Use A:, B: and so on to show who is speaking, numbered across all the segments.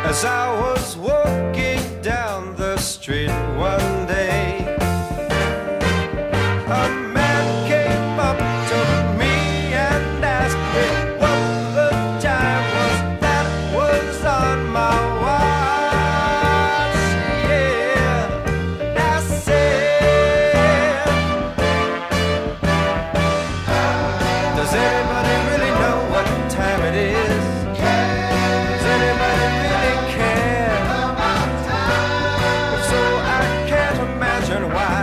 A: As I was walking down the street one day, a man came up to me and asked me what the time was that was on my watch. Yeah, and I said, does anybody really know what time it is? Does anybody really care? If so, I can't imagine why.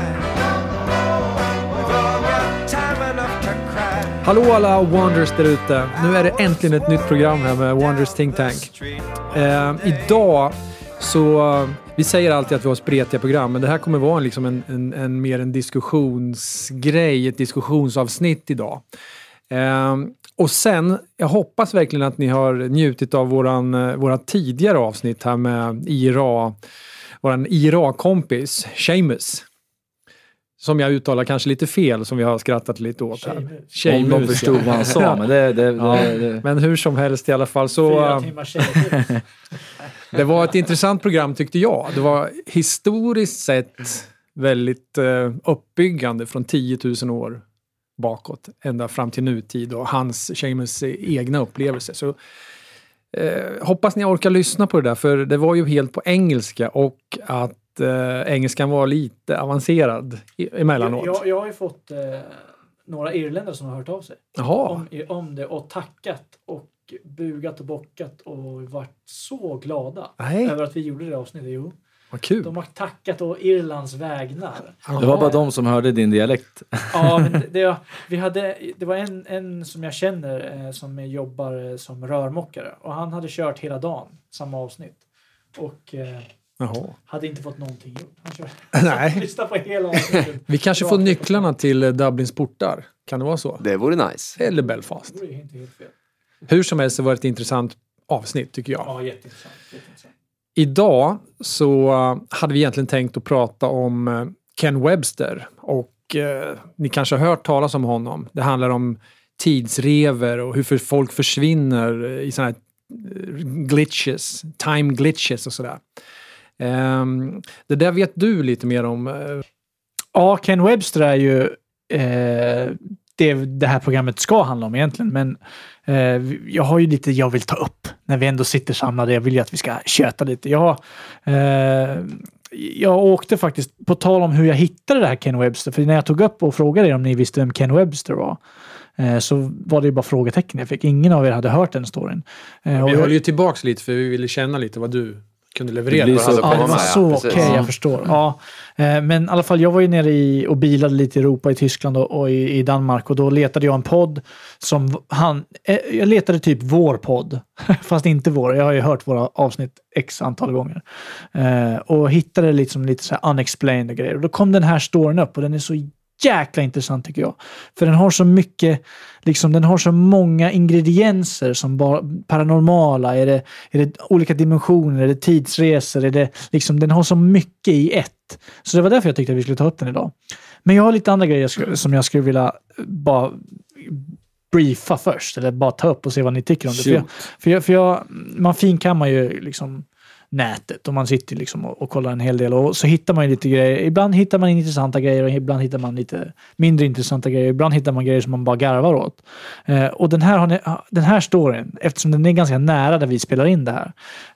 A: We've all got time enough to cry.
B: Hallå alla Wonders där ute. Nu är det äntligen ett nytt program här med Wonders Think Tank. Idag så, vi säger alltid att vi har spretiga program, men det här kommer vara liksom en mer en diskussionsgrej, ett diskussionsavsnitt idag. Och sen, jag hoppas verkligen att ni har njutit av våra tidigare avsnitt här med våran IRA-kompis, Seamus. Som jag uttalar kanske lite fel, som vi har skrattat lite åt här.
C: Om de förstod vad han sa, men det.
B: Men hur som helst i alla fall så...
D: 4 timmar tjejer.
B: Det var ett intressant program tyckte jag. Det var historiskt sett väldigt uppbyggande från 10 000 år bakåt. Ända fram till nutid och hans Seamus egna upplevelser. Så hoppas ni orkar lyssna på det där. För det var ju helt på engelska och att engelskan var lite avancerad emellanåt.
D: Jag har ju fått några irländare som har hört av sig om det och tackat och bugat och bockat och varit så glada över att vi gjorde det avsnittet. Jo.
B: Vad kul.
D: De har tackat å Irlands vägnar.
C: Det var bara de som hörde din dialekt.
D: Ja, men det var en som jag känner som jobbar som rörmokare och han hade kört hela dagen samma avsnitt och hade inte fått någonting gjort. Han kör lyssna på hela avsnittet.
B: Vi kanske får nycklarna till Dublins portar. Kan det vara så?
E: Det vore nice.
B: Eller Belfast.
D: Det vore inte helt fel.
B: Hur som helst så var det ett intressant avsnitt tycker jag.
D: Ja, jätteintressant.
B: Idag så hade vi egentligen tänkt att prata om Ken Webster och ni kanske har hört talas om honom. Det handlar om tidsrever och hur folk försvinner i sådana här glitches, time glitches och sådär. Det där vet du lite mer om.
D: Ja, Ken Webster är ju det här programmet ska handla om egentligen, men jag har ju lite jag vill ta upp när vi ändå sitter samlade. Jag vill ju att vi ska köta lite. Jag åkte faktiskt på tal om hur jag hittade det här Ken Webster, för när jag tog upp och frågade er om ni visste vem Ken Webster var, så var det ju bara frågetecken. Jag fick ingen av er hade hört den storyn.
B: Vi höll ju tillbaks lite för vi ville känna lite vad du kunde leverera.
D: Det var så okej, jag förstår. Ja. Men i alla fall, jag var ju nere och bilade lite i Europa, i Tyskland och i Danmark, och då letade jag en podd som jag letade typ vår podd, fast inte vår. Jag har ju hört våra avsnitt x antal gånger. Och hittade liksom lite så här unexplained och grejer. Och då kom den här storyn upp och den är så jäkla intressant tycker jag. För den har så mycket, liksom den har så många ingredienser som bara paranormala, är det olika dimensioner, är det tidsresor, är det liksom, den har så mycket i ett. Så det var därför jag tyckte att vi skulle ta upp den idag. Men jag har lite andra grejer som jag skulle vilja bara briefa först, eller bara ta upp och se vad ni tycker om det. För man finkammar ju liksom nätet och man sitter liksom och kollar en hel del och så hittar man ju lite grejer. Ibland hittar man intressanta grejer och ibland hittar man lite mindre intressanta grejer. Ibland hittar man grejer som man bara garvar åt. Och den här storyn, eftersom den är ganska nära där vi spelar in det här,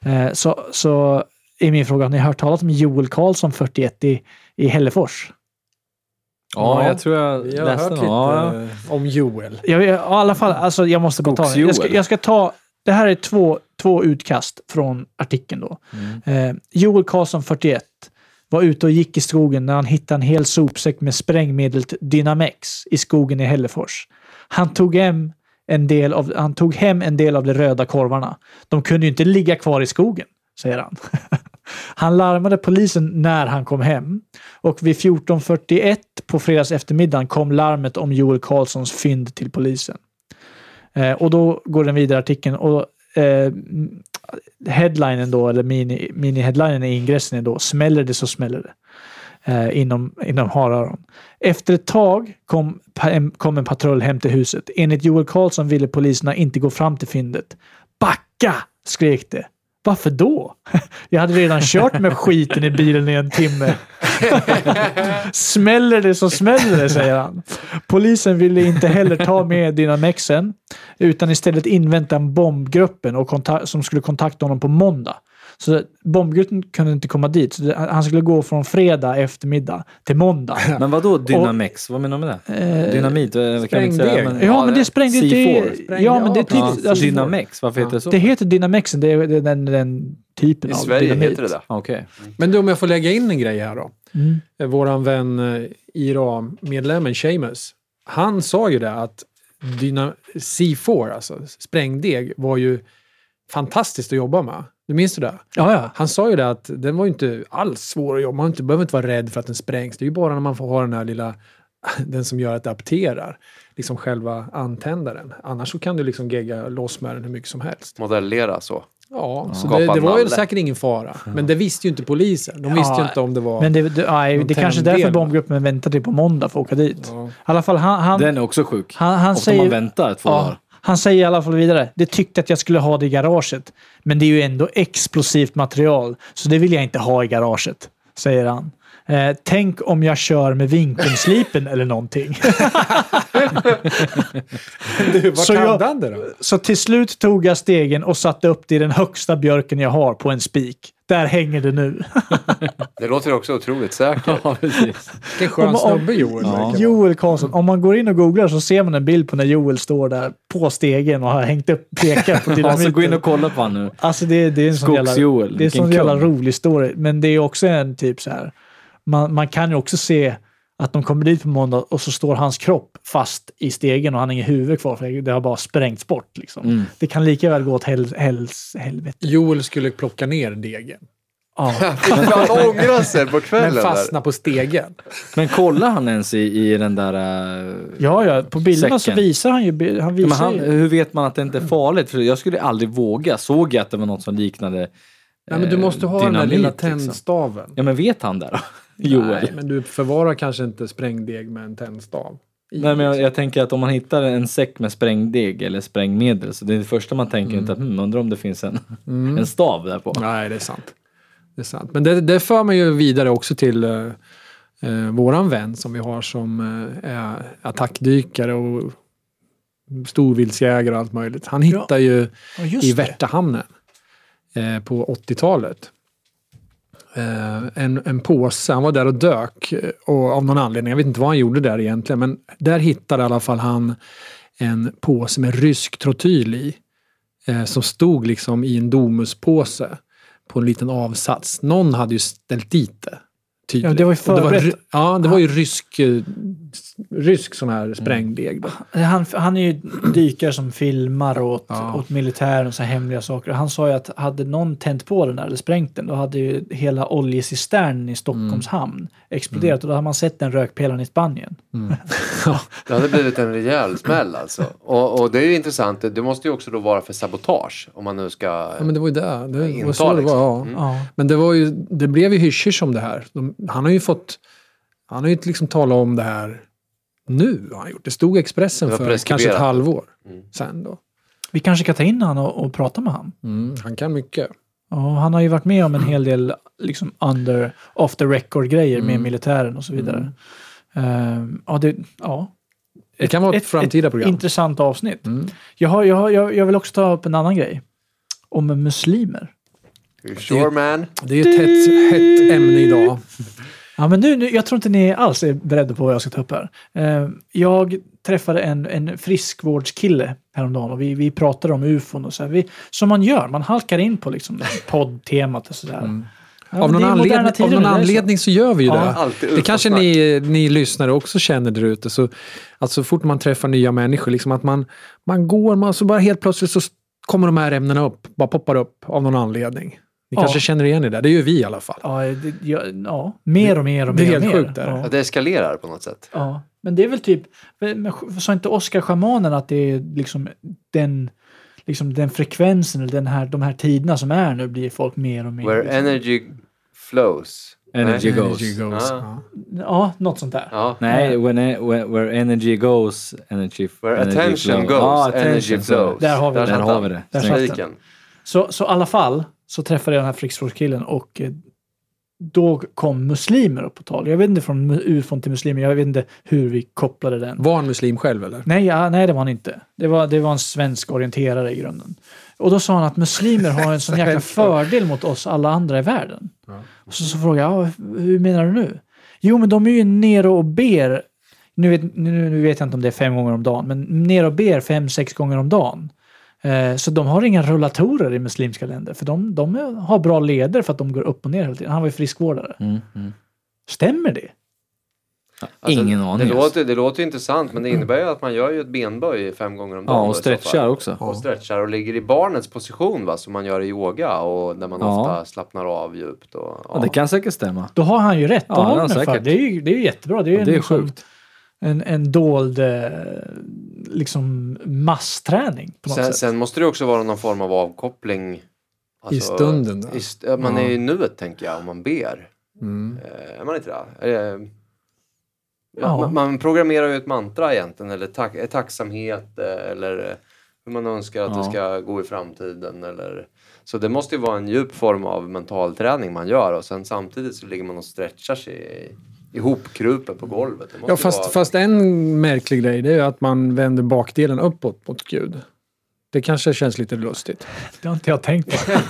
D: så är min fråga, har ni hört talas om Joel Karlsson 41 i Hällefors?
C: Ja, jag tror jag
B: har hört lite om Joel.
D: I alla fall, alltså jag måste bara ta det. Jag ska ta, det här är två utkast från artikeln då. Joel Karlsson 41 var ute och gick i skogen när han hittade en hel sopsäck med sprängmedlet Dynamex i skogen i Hällefors. Han tog hem en del av de röda korvarna. De kunde ju inte ligga kvar i skogen, säger han. Han larmade polisen när han kom hem och vid 14:41 på fredags eftermiddagen kom larmet om Joel Karlssons fynd till polisen. Och då går den vidare artikeln och headlinen då, eller mini-headlinen i ingressen är då: smäller det så smäller det inom Haröron. Efter ett tag kom en patrull hem till huset. Enligt Joel Karlsson ville poliserna inte gå fram till fyndet. Backa, skrek det. Varför då? Jag hade redan kört med skiten i bilen i 1 timme. Smäller det så smäller det, säger han. Polisen ville inte heller ta med Dynamexen utan istället invänta en bombgruppen som skulle kontakta honom på måndag. Så bombgruppen kunde inte komma dit. Så han skulle gå från fredag eftermiddag till måndag.
C: Men vad då Dynamex? Vad menar du med det? Dynamit?
B: Sprängdeg.
D: Ja, men det sprängde inte... Ja, men det är
C: alltså, Dynamex, varför heter det så?
D: Det heter Dynamexen, det är den typen
E: I
D: av
E: Sverige
D: dynamit.
E: heter det där.
C: Okej.
B: Men då, om jag får lägga in en grej här då. Våran vän IRA-medlemmen Seamus, han sa ju det att C4, alltså sprängdeg, var ju fantastiskt att jobba med. Du minns du det?
D: Ja.
B: Han sa ju det att den var ju inte alls svår att jobba. Man behöver inte vara rädd för att den sprängs. Det är ju bara när man får ha den här lilla, den som gör att det apterar. Liksom själva antändaren. Annars så kan du liksom gegga loss med den hur mycket som helst.
E: Modellera så.
B: Ja, så det var ju säkert ingen fara. Men det visste ju inte polisen. De visste ju inte om det var...
D: Men det är kanske därför bombgruppen väntar till på måndag för att åka dit.
B: Ja.
D: I alla fall han
C: Den är också sjuk.
D: Han
C: och
D: säger,
C: man väntar 2 dagar.
D: Han säger i alla fall vidare, det tyckte att jag skulle ha det i garaget. Men det är ju ändå explosivt material. Så det vill jag inte ha i garaget, säger han. Tänk om jag kör med vinkelslipen eller någonting.
B: Vad hade han det då?
D: Så till slut tog jag stegen och satte upp det i den högsta björken jag har på en spik. Där hänger det nu.
E: Det låter också otroligt säkert.
C: Ja, precis.
B: Vilken skön snubbe Joel.
C: Ja.
D: Joel Karlsson. Om man går in och googlar så ser man en bild på när Joel står där på stegen och har hängt upp pekar på dynamiten.
C: Alltså gå in och kolla på han nu.
D: Alltså det är en sån
C: Skogs-Joel.
D: det är en sån jävla rolig story. Men det är också en typ så här. Man kan ju också se att de kommer dit på måndag och så står hans kropp fast i stegen och han har ingen huvud kvar för det har bara sprängts bort. Liksom. Det kan lika väl gå åt helvete.
B: Joel skulle plocka ner degen.
D: Ja.
E: Han ångrar sig på kvällen.
B: Men fastna på stegen.
C: Men kollar han ens i den där
D: Ja, på bilderna
C: säcken?
D: Så visar han ju... Han visar ju.
C: Hur vet man att det inte är farligt? För jag skulle aldrig våga. Såg jag att det var något som liknade
B: Nej, men du måste ha den där
C: dynamit,
B: lilla
C: liksom.
B: tändstaven.
C: Ja, men vet han det då? Joel.
B: Nej, men du förvarar kanske inte sprängdeg med en tändstav.
C: Nej, men jag tänker att om man hittar en säck med sprängdeg eller sprängmedel så det är det första man tänker inte att undrar om det finns en stav där på.
B: Nej, det är sant. Det är sant. Men det för mig ju vidare också till våran vän som vi har som är attackdykare och storvildsjägare och allt möjligt. Han hittar ju i Värtahamnen på 80-talet en påse. Han var där och dök och av någon anledning, jag vet inte vad han gjorde där egentligen, men där hittade i alla fall han en påse med rysk trotyl i som stod liksom i en domuspåse på en liten avsats. Någon hade ju ställt dit det. Tydligt.
D: Ja, det var ju förberett.
B: Det var ju rysk sån här sprängdeg då.
D: Han är ju dykare som filmar åt militären och så hemliga saker. Han sa ju att hade någon tänt på den där eller sprängt den, då hade ju hela oljecisternen i Stockholms hamn exploderat och då hade man sett den rökpelaren i Spanien.
E: Det hade blivit en rejäl smäll alltså. Och det är ju intressant. Det måste ju också då vara för sabotage om man nu ska...
B: Ja, men det var ju det. Det var så
E: inta,
B: det var,
E: liksom.
B: ja. Men det blev ju hysch om det här. Han har ju liksom talat om det här nu. Han gjort. Det stod i Expressen för kanske ett halvår sen då.
D: Vi kanske kan ta in han och prata med han.
B: Han kan mycket.
D: Ja, han har ju varit med om en hel del liksom off the record grejer med militären och så vidare.
B: Det kan vara ett framtida program.
D: Intressant avsnitt. Jag vill också ta upp en annan grej. Om muslimer.
E: Sure man.
B: Det är ett hett ämne idag.
D: Ja, men nu, jag tror inte ni alls är beredda på vad jag ska ta upp här. Jag träffade en friskvårdskille häromdagen och vi pratade om UFOn och så här. Som man gör, man halkar in på liksom poddtemat och sådär. Ja,
B: av någon anledning så gör vi ju det. Det kanske ni lyssnare också känner där ute. Så fort man träffar nya människor, liksom att man går, så bara helt plötsligt så kommer de här ämnena upp, bara poppar upp av någon anledning. Ni kanske känner igen det där. Det gör vi i alla fall.
D: Mer och mer.
B: Det är helt sjukt där.
E: Ja, det eskalerar på något sätt.
D: Ja, men det är väl typ, sa inte Oscar Schamanen att det är liksom den frekvensen eller de här tiderna som är nu blir folk mer och mer.
E: Where energy flows.
C: Energy goes.
D: Ja, något sånt där.
C: Ja. Nej, where energy goes,
E: where attention goes, energy flows.
D: Där har vi det.
E: Där
D: Så i alla fall så träffade jag den här Friksfrågskillen och då kom muslimer upp på tal. Jag vet inte från UFOn till muslimer, jag vet inte hur vi kopplade den.
B: Var han muslim själv eller?
D: Nej, det var han inte. Det var en svensk orienterare i grunden. Och då sa han att muslimer har en sån jäkla fördel mot oss alla andra i världen. Ja. Och så frågade jag, hur menar du nu? Jo, men de är ju nere och ber, nu vet jag inte om det är 5 gånger om dagen, men nere och ber 5-6 gånger om dagen. Så de har inga rullatorer i muslimska länder, för de har bra leder för att de går upp och ner hela tiden. Han var ju friskvårdare. Stämmer det?
C: Alltså, ingen aning.
E: Det låter intressant, men det innebär ju att man gör ju ett benböj 5 gånger om dagen.
C: Ja, och stretchar också.
E: Och stretchar och ligger i barnets position, va, som man gör i yoga och där man ofta slappnar av djupt. Och,
C: det kan säkert stämma.
D: Då har han ju rätt.
C: Ja,
D: det är ju jättebra. Det är
C: sjukt.
D: En dold liksom massträning på något sätt.
E: Sen måste det också vara någon form av avkoppling. Alltså,
B: i stunden.
E: Man är i nuet, tänker jag, om man ber. Är man inte det? Man programmerar ju ett mantra egentligen, eller tacksamhet, eller hur man önskar att det ska gå i framtiden. Så det måste ju vara en djup form av mental träning man gör, och sen samtidigt så ligger man och stretchar sig ihopkrupen på golvet.
B: Fast en märklig grej, det är ju att man vänder bakdelen uppåt mot Gud. Det kanske känns lite lustigt.
D: Det har inte jag tänkt på.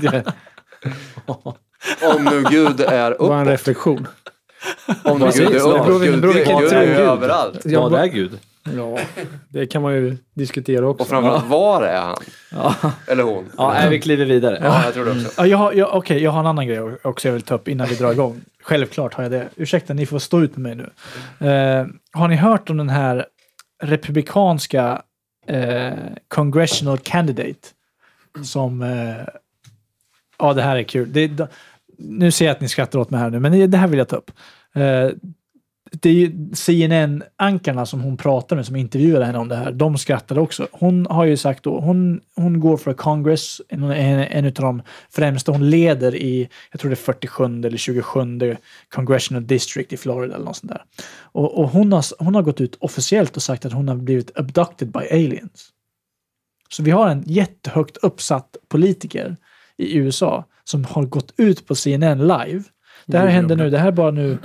E: Om nu Gud är uppåt.
B: Det var en reflektion.
E: Om nu Gud är uppåt. Gud är ju överallt.
C: Ja, det är Gud.
B: Ja, det kan man ju diskutera också.
E: Och framförallt, var är han? Eller hon?
C: Ja, vi kliver vidare.
E: Ja, jag tror det också.
D: Jag har en annan grej också jag vill ta upp innan vi drar igång. Självklart har jag det. Ursäkta, ni får stå ut med mig nu. Har ni hört om den här republikanska congressional candidate som... det här är kul. Nu ser jag att ni skrattar åt mig här nu, men det här vill jag ta upp. Det är ju CNN-ankarna som hon pratar med, som intervjuade henne om det här. De skrattade också. Hon har ju sagt då, hon går för Congress, en av de främsta. Hon leder i, jag tror det är 47 eller 27 Congressional District i Florida eller något sånt där. Och hon har gått ut officiellt och sagt att hon har blivit abducted by aliens. Så vi har en jättehögt uppsatt politiker i USA som har gått ut på CNN live. Det här händer nu, det här är bara nu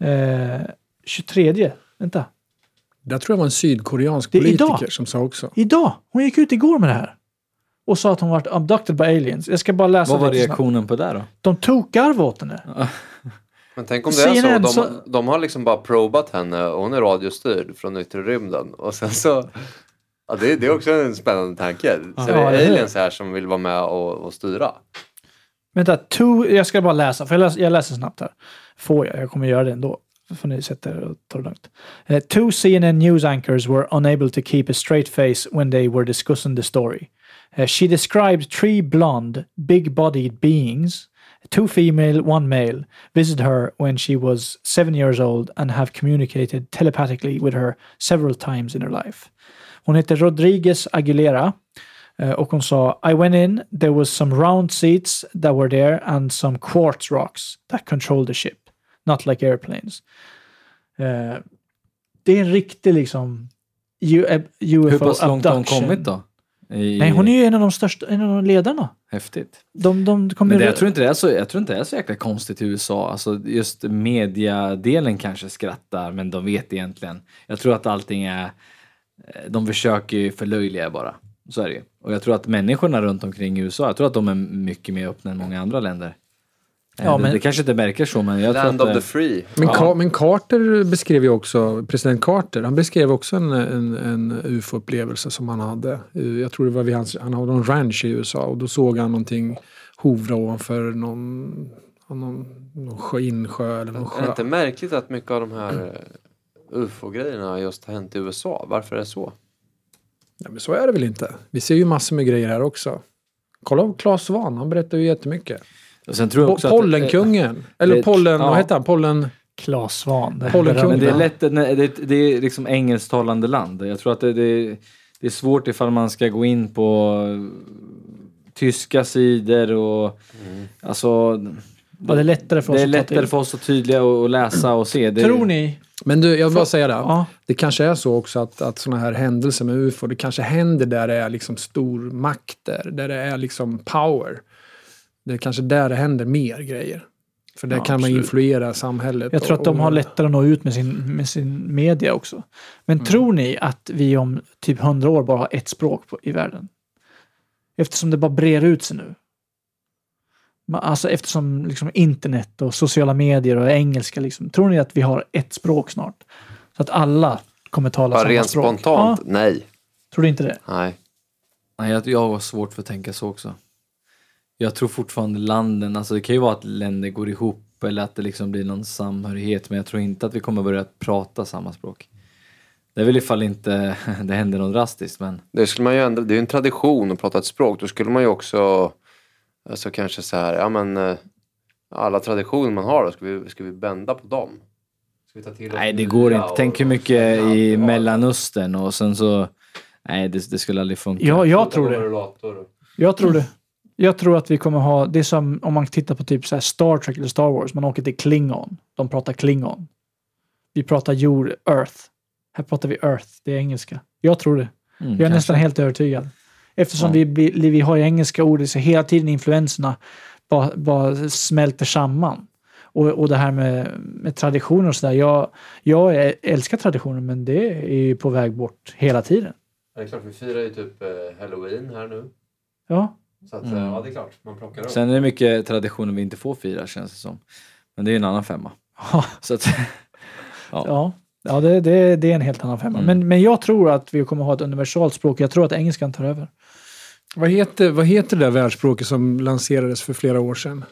D: 23. Vänta.
B: Det tror jag var en sydkoreansk politiker som sa också.
D: Idag! Hon gick ut igår med det här. Och sa att hon varit abducted by aliens. Jag ska bara läsa.
C: Vad var reaktionen på det då?
D: De tog garv åt henne.
E: Men tänk om det är så. De har liksom bara probat henne och hon är radiostyrd från yttre rymden. Och sen så... Ja, det är också en spännande tanke. Så det är aliens här som vill vara med och styra.
D: Vänta, jag ska bara läsa. För jag läser snabbt här. Jag kommer göra det ändå. Så får ni sätta er och ta det lugnt. 2 CNN news anchors were unable to keep a straight face when they were discussing the story. She described 3 blonde, big-bodied beings, 2 female, 1 male, visited her when she was 7 years old and have communicated telepathically with her several times in her life. Hon heter Rodriguez Aguilera och hon sa, I went in, there was some round seats that were there and some quartz rocks that controlled the ship. Not like airplanes. Det är en riktig liksom UFO abduction.
C: Hur pass långt har hon kommit då?
D: Nej, hon är ju en av de ledarna.
C: Häftigt.
D: Jag
C: tror inte det är så jäkla konstigt i USA. Alltså just mediadelen kanske skrattar, men de vet egentligen. Jag tror att allting är... De försöker ju förlöjliga bara. Så är det ju. Och jag tror att människorna runt omkring i USA, jag tror att de är mycket mer öppna än många andra länder. Ja, det kanske inte märker så, men jag
E: Land
C: tror
E: of the free.
B: Men Carter beskrev ju också, president Carter, han beskrev också en UFO-upplevelse som han hade. Jag tror det var han hade en ranch i USA och då såg han någonting hovra ovanför någon insjö eller någon sjö.
E: Är det inte märkligt att mycket av de här UFO-grejerna just har hänt i USA? Varför är det så?
B: Ja, men så är det väl inte. Vi ser ju massor med grejer här också. Kolla på Claes Svahn, han berättar ju jättemycket.
C: Och sen tror jag också
B: Pollenkungen. Eller vad heter han?
D: Claes Svahn.
B: Pollenkungen.
C: Men det är lätt, det är liksom engelsktalande land. Jag tror att det är svårt ifall man ska gå in på tyska sidor och alltså...
D: Det är lättare för oss
C: att tydliga och läsa och se.
D: Tror ni?
B: Men du, jag vill bara säga det. Ja. Det kanske är så också att såna här händelser med UFO, det kanske händer där det är liksom stormakter, där det är liksom power. Det är kanske där det händer mer grejer. För där kan man
D: absolut.
B: influera samhället.
D: Jag tror att de har lättare att nå ut med sin media också. Men tror ni att vi om typ 100 år bara har ett språk i världen? Eftersom det bara brer ut sig nu. Alltså eftersom liksom internet och sociala medier och engelska liksom. Tror ni att vi har ett språk snart? Så att alla kommer tala samma
E: rent
D: språk?
E: spontant?
D: Ja.
E: Nej.
D: Tror du inte det?
E: Nej.
C: Nej, jag har svårt för att tänka så också. Jag tror fortfarande landen, alltså det kan ju vara att länder går ihop eller att det liksom blir någon samhörighet, men jag tror inte att vi kommer börja prata samma språk. Det är väl ifall inte det händer något drastiskt, men...
E: Det skulle man ju ändra, det är ju en tradition att prata ett språk. Då skulle man ju också, alltså kanske så här, ja men alla traditioner man har då, ska vi bända på dem? Ska vi ta till oss?
C: Nej, det går inte. Tänk hur mycket i Mellanöstern och sen så... Nej, det skulle aldrig funka.
D: Ja, jag tror det. Jag tror att vi kommer ha, det är som om man tittar på typ så här Star Trek eller Star Wars, man åker till Klingon. De pratar Klingon. Vi pratar jord, Earth. Här pratar vi Earth, det är engelska. Jag tror det. Jag är nästan helt övertygad. Eftersom vi har engelska ord, så hela tiden influenserna bara smälter samman. Och det här med traditioner och sådär. Jag älskar traditioner, men det är ju på väg bort hela tiden.
E: Det är klart, vi firar ju typ Halloween här nu.
D: Ja.
E: Så att, ja, det är klart, man plockar upp.
C: Sen är det mycket traditioner vi inte får fira, känns det som. Men det är en annan femma. Så att,
D: ja, det är en helt annan femma. Men jag tror att vi kommer ha ett universalt språk. Jag tror att engelskan tar över.
B: Vad heter det där världsspråket som lanserades för flera år sedan?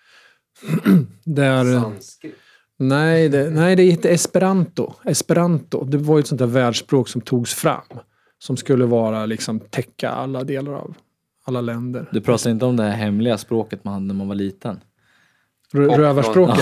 E: Sanskrit.
B: Nej, det heter Esperanto. Esperanto, det var ju ett sånt där världsspråk som togs fram. Som skulle vara liksom täcka alla delar av alla länder.
C: du pratar inte om det här hemliga språket man hade när man var liten.
B: Rövarspråket.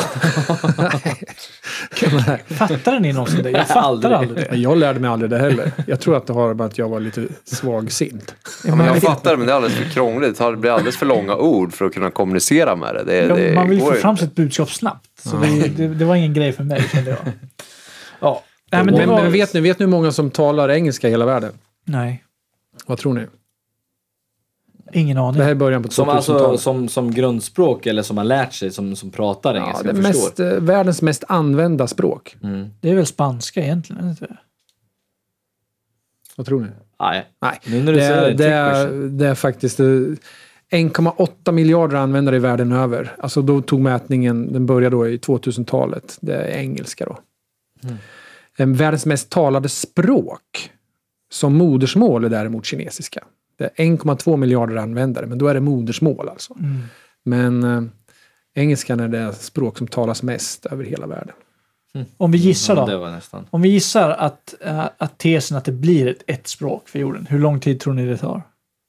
B: Nej.
D: Fattar ni någonsin det? Jag fattar aldrig det.
B: Men jag lärde mig aldrig det heller. Jag tror att det har med att jag var lite svagsint.
E: Ja, men jag fattar, men det är alldeles för krångligt. Det blir alldeles för långa ord för att kunna kommunicera med det.
D: Man vill få
E: går
D: fram
E: inte.
D: sitt budskap snabbt. Så det var ingen grej för mig, kände jag. Ja.
B: Men vet ni hur många som talar engelska i hela världen?
D: Nej.
B: Vad tror ni?
D: Ingen aning.
B: Det här är början på 2000-talet.
C: Alltså, som grundspråk eller som man lärt sig, som pratar engelska.
B: Det är världens mest använda språk.
D: Det är väl spanska egentligen, inte?
B: Vad tror ni?
C: Nej.
B: Nej.
C: Nu när du
B: Det är faktiskt 1,8 miljarder användare i världen över. Alltså då tog mätningen, den började då i 2000-talet. Det är engelska då. Världens mest talade språk som modersmål är däremot kinesiska. Det är 1,2 miljarder användare, men då är det modersmål alltså. Men engelskan är det språk som talas mest över hela världen.
D: Om vi gissar då.
C: Det var nästan.
D: Om vi gissar att tesen att det blir ett språk för jorden. Hur lång tid tror ni det tar?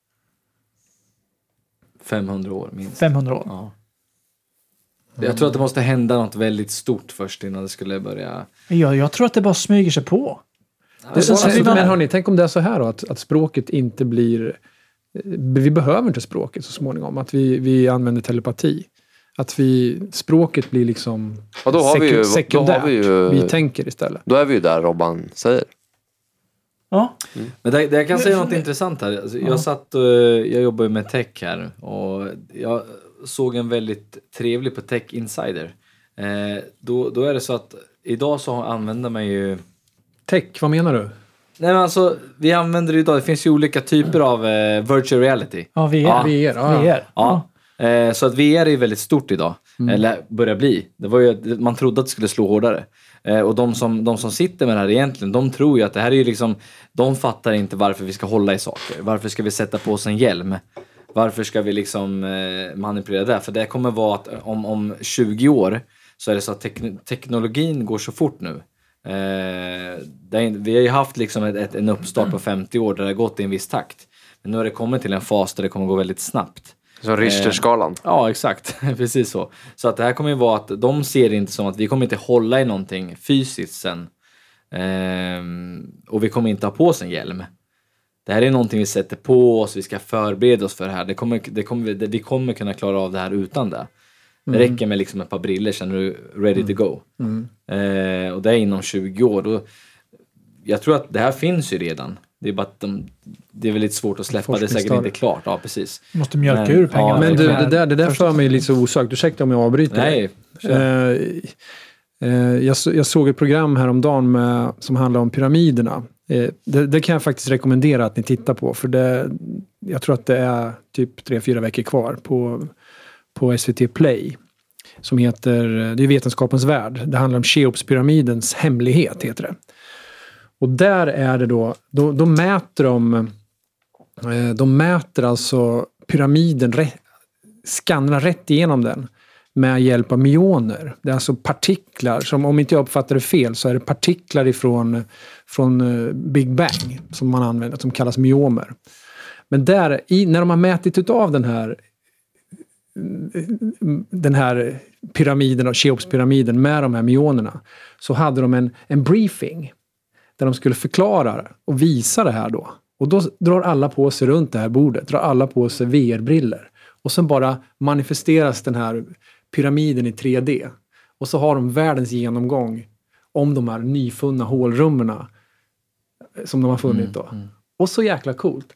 C: 500 år minst.
D: 500 år?
C: Ja. Jag tror att det måste hända något väldigt stort först innan det skulle börja...
D: Jag tror att det bara smyger sig på.
B: Men hörni, tänk om det är så här då, att språket inte blir... Vi behöver inte språket så småningom. Att vi använder telepati. Att språket blir liksom sekundärt. Vi tänker istället.
E: Då är vi ju där Robban säger.
D: Ja.
C: Men jag kan säga något intressant här. Alltså, jag jobbar ju med tech här. Och jag såg en väldigt trevlig på Tech Insider. Då är det så att idag så använder man ju...
B: Tech, vad menar du?
C: Nej men alltså, vi använder det idag. Det finns ju olika typer av virtual reality.
D: Ja, VR.
C: Ja. Så att VR är ju väldigt stort idag. Eller börjar bli. Det var ju, man trodde att det skulle slå hårdare. Och de som sitter med det här egentligen, de tror ju att det här är ju liksom... De fattar inte varför vi ska hålla i saker. Varför ska vi sätta på oss en hjälm? Varför ska vi liksom manipulera det? För det kommer vara att om 20 år så är det så att teknologin går så fort nu. Vi har ju haft liksom en uppstart på 50 år där det har gått i en viss takt. Men nu har det kommit till en fas där det kommer gå väldigt snabbt.
E: Som Richterskalan.
C: Ja, exakt. Precis så. Så att det här kommer ju vara att de ser det inte som att vi kommer inte hålla i någonting fysiskt sen. Och vi kommer inte ha på oss en hjälm. Det här är någonting vi sätter på oss. Vi ska förbereda oss för det här. Vi kommer kunna klara av det här utan det. Det räcker med liksom ett par briller, sen är du ready to go. Och det är inom 20 år. Jag tror att det här finns ju redan. Det är bara att det är väldigt svårt att släppa. Det är säkert inte klart. Ja, precis.
D: Måste mjölka ur pengarna.
B: Ja, men det där för mig är lite så osökt. Ursäkta om jag avbryter.
C: Nej.
B: Jag såg ett program häromdagen som handlar om pyramiderna. Det kan jag faktiskt rekommendera att ni tittar på. För jag tror att det är typ 3-4 veckor kvar på SVT Play. Som heter, det är Vetenskapens värld. Det handlar om Cheopspyramidens hemlighet, heter det. Och där är det då de mäter alltså pyramiden, skannar rätt igenom den med hjälp av myoner. Det är alltså partiklar, som om inte jag uppfattar det fel så är det partiklar från Big Bang som man använder, som kallas myomer. Men när de har mätit utav den här pyramiden, Cheopspyramiden med de här myonerna, så hade de en briefing där de skulle förklara och visa det här då. Och då drar alla på sig runt det här bordet, drar alla på sig VR-briller. Och sen bara manifesteras den här pyramiden i 3D. Och så har de världens genomgång om de här nyfunna hålrummerna som de har funnit då. Och så jäkla coolt.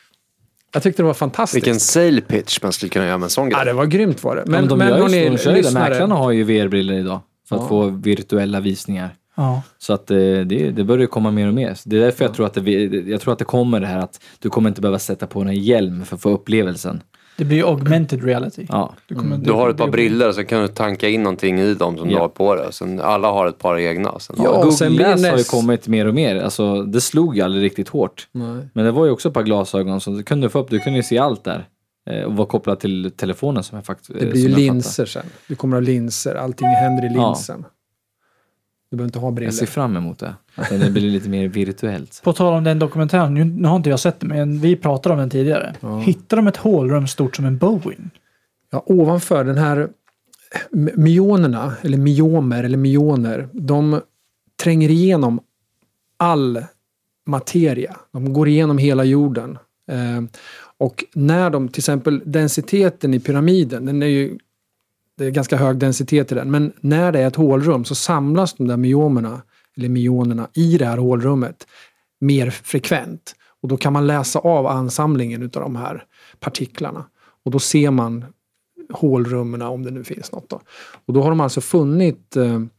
B: Jag tyckte det var fantastiskt.
E: Vilken sale pitch man skulle kunna göra med en sån grej.
B: Ja, det var grymt var det.
C: Men mäklarna har ju VR-briller idag för att få virtuella visningar. Ja. Så att det börjar komma mer och mer. Det är därför jag tror att det kommer det här att du kommer inte behöva sätta på en hjälm för att få upplevelsen. Det blir ju augmented reality. Ja.
E: Du har ett par briller så kan du tanka in någonting i dem som du har på dig. Sen alla har ett par egna.
C: Google Glass har ju kommit mer och mer. Alltså, det slog ju aldrig riktigt hårt. Nej. Men det var ju också ett par glasögon som du kunde få upp. Du kunde ju se allt där. Och vara kopplad till telefonen som jag faktiskt...
B: Det blir ju linser sen. Du kommer att ha linser. Allting händer i linsen. Ja. Du behöver inte ha briller.
C: Jag ser fram emot det. Att det blir lite mer virtuellt.
D: På tal om den dokumentären, nu har inte jag sett den, men vi pratade om den tidigare. Ja. Hittar de ett hålrum stort som en Boeing?
B: Ja, ovanför den här myonerna, eller myoner, de tränger igenom all materia. De går igenom hela jorden. Och när de, till exempel densiteten i pyramiden, det är ganska hög densitet i den. Men när det är ett hålrum så samlas de där myonerna i det här hålrummet mer frekvent. Och då kan man läsa av ansamlingen utav de här partiklarna. Och då ser man hålrummen om det nu finns något då. Och då har de alltså funnit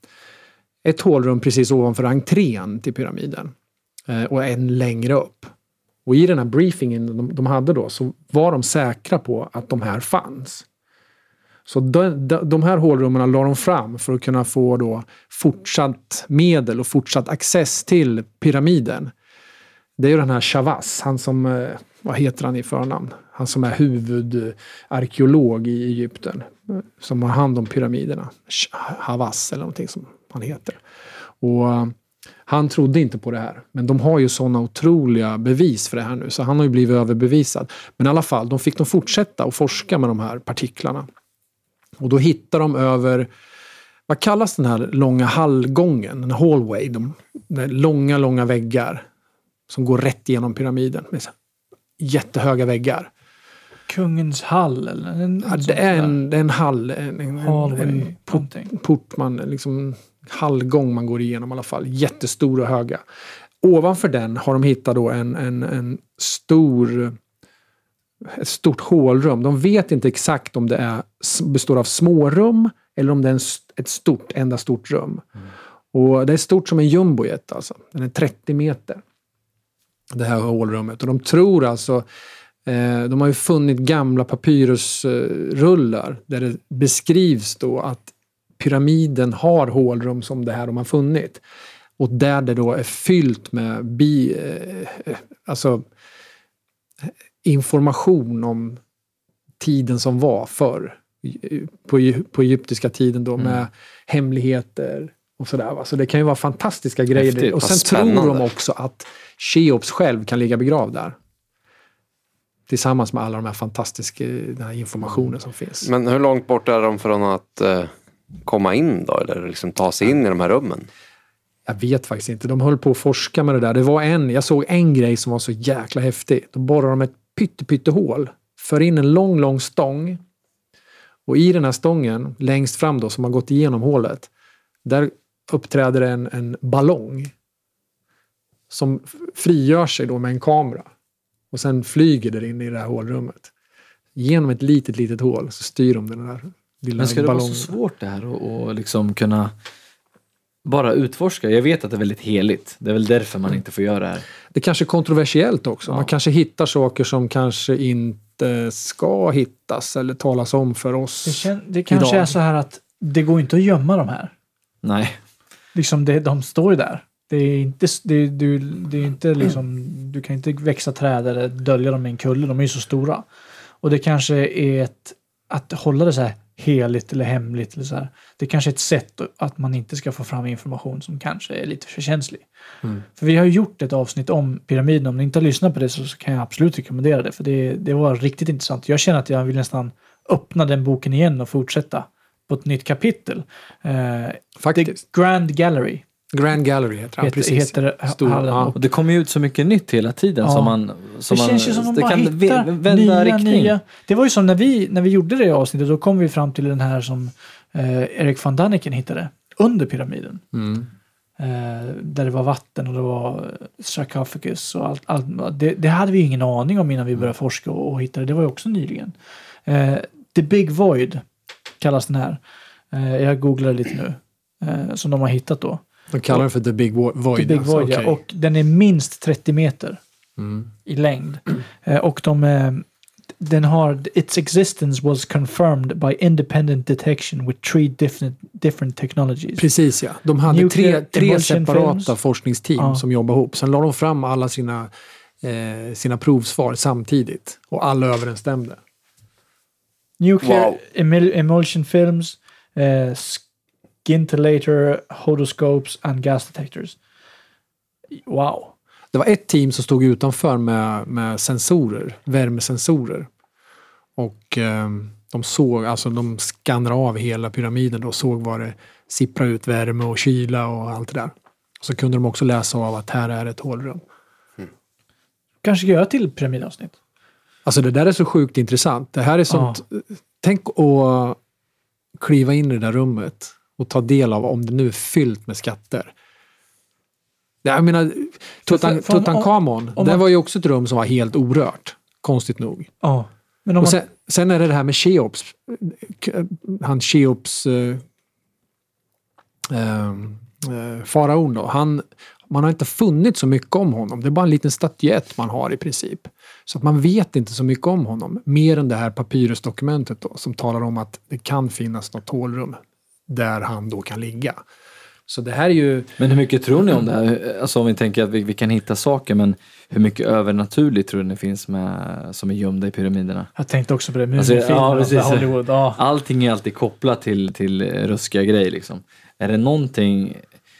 B: ett hålrum precis ovanför entrén till pyramiden. Och en längre upp. Och i den här briefingen de hade då så var de säkra på att de här fanns. Så de här hålrummen la de fram för att kunna få då fortsatt medel och fortsatt access till pyramiden. Det är ju den här Chavas, han som, vad heter han i förnamn? Han som är huvudarkeolog i Egypten. Som har hand om pyramiderna. Havas eller någonting som han heter. Och han trodde inte på det här. Men de har ju sådana otroliga bevis för det här nu. Så han har ju blivit överbevisad. Men i alla fall, de fick fortsätta att forska med de här partiklarna. Och då hittar de över, vad kallas den här långa hallgången, en hallway, de långa väggar som går rätt igenom pyramiden med jättehöga väggar.
D: Kungens hall eller?
B: Ja, det är en hall, en port man, liksom hallgång man går igenom i alla fall, jättestora och höga. Ovanför den har de hittat då ett stort hålrum. De vet inte exakt om det består av smårum eller om det är ett enda stort rum. Och det är stort som en jumbojet alltså. Den är 30 meter. Det här hålrummet. Och de tror alltså, de har ju funnit gamla papyrusrullar där det beskrivs då att pyramiden har hålrum som det här de har funnit. Och där det då är fyllt med information om tiden som var förr på egyptiska tiden då med hemligheter och sådär va. Så det kan ju vara fantastiska grejer. Häftigt, och sen tror de också att Cheops själv kan ligga begravd där. Tillsammans med alla de här fantastiska den här informationen som finns.
E: Men hur långt bort är de från att komma in då? Eller liksom ta sig in i de här rummen?
B: Jag vet faktiskt inte. De höll på att forska med det där. Jag såg en grej som var så jäkla häftig. Då borrade de ett pyttehål. För in en lång stång. Och i den här stången, längst fram då, som har gått igenom hålet. Där uppträder en ballong. som frigör sig då med en kamera. Och sen flyger det in i det här hålrummet. Genom ett litet hål så styr de den här lilla
C: Men ska det
B: ballongen.
C: vara så svårt det här och liksom kunna bara utforska? Jag vet att det är väldigt heligt. Det är väl därför man inte får göra det här.
B: Det kanske är kontroversiellt också.
C: Ja.
B: Man kanske hittar saker som kanske inte ska hittas eller talas om för oss.
D: Det kanske
B: idag.
D: är så här att det går inte att gömma de här.
C: Nej.
D: Liksom de står ju där. Det är inte, det är inte liksom, du kan inte växa träd eller dölja dem i en kulle. De är ju så stora. Och det kanske är att hålla det så här heligt eller hemligt. Eller så här. Det kanske är ett sätt att man inte ska få fram information som kanske är lite för känslig. För vi har ju gjort ett avsnitt om pyramiden. Om ni inte har lyssnat på det så kan jag absolut rekommendera det. För det var riktigt intressant. Jag känner att jag vill nästan öppna den boken igen och fortsätta på ett nytt kapitel.
B: Faktiskt.
D: The Grand Gallery.
B: Grand Gallery heter han, precis.
D: Heter
B: Stor,
D: hallen.
B: ja.
C: Och det kommer ju ut så mycket nytt hela tiden
D: Ja.
C: som man...
D: Det känns ju som de
C: det
D: bara
C: kan
D: hittar
C: vända riktning.
D: nya. Det var ju som när vi gjorde det avsnittet, då kom vi fram till den här som Erik van Daniken hittade under pyramiden. Där det var vatten och det var sarcophagus och allt. Det hade vi ju ingen aning om innan vi började forska och hitta det. Det var ju också nyligen. The Big Void kallas den här. Jag googlar lite nu. Som de har hittat då.
B: De kallar det för The Big Void.
D: The Big
B: alltså,
D: Void, ja.
B: okej.
D: Och den är minst 30 meter i längd. Och den har its existence was confirmed by independent detection with 3 different technologies.
B: Precis, ja. De hade
D: Nuclear
B: tre
D: emulsion
B: separata
D: films.
B: forskningsteam som jobbade ihop. Sen la de fram alla sina provsvar samtidigt. Och alla överensstämde.
D: Nuclear emulsion films, scintillator, hodoscopes and gas detectors. Wow.
B: Det var ett team som stod utanför med sensorer, värmesensorer. Och de skannade av hela pyramiden och såg vad det sipprar ut värme och kyla och allt det där. Så kunde de också läsa av att här är ett hålrum.
D: Kanske göra till pyramidavsnitt.
B: Alltså det där är så sjukt intressant. Det här är sånt... Tänk att kliva in i det där rummet och ta del av om det nu är fyllt med skatter. Jag menar, Tutankhamon, det var ju också ett rum som var helt orört. Konstigt nog.
D: Ja. Men om
B: och sen är det här med Cheops. Han Cheops faraon då. Man har inte funnit så mycket om honom. Det är bara en liten statyett man har i princip. Så att man vet inte så mycket om honom. Mer än det här papyrusdokumentet då. Som talar om att det kan finnas något hålrum där han då kan ligga. Så det här är ju...
C: Men hur mycket tror ni om det här? Alltså om vi tänker att vi kan hitta saker, men hur mycket övernaturligt tror ni det finns som är gömda i pyramiderna?
D: Jag tänkte också på det.
C: Alltså,
D: Muminfilmer, Hollywood. Ja.
C: Allting är alltid kopplat till ruskiga grejer liksom. Är det någonting...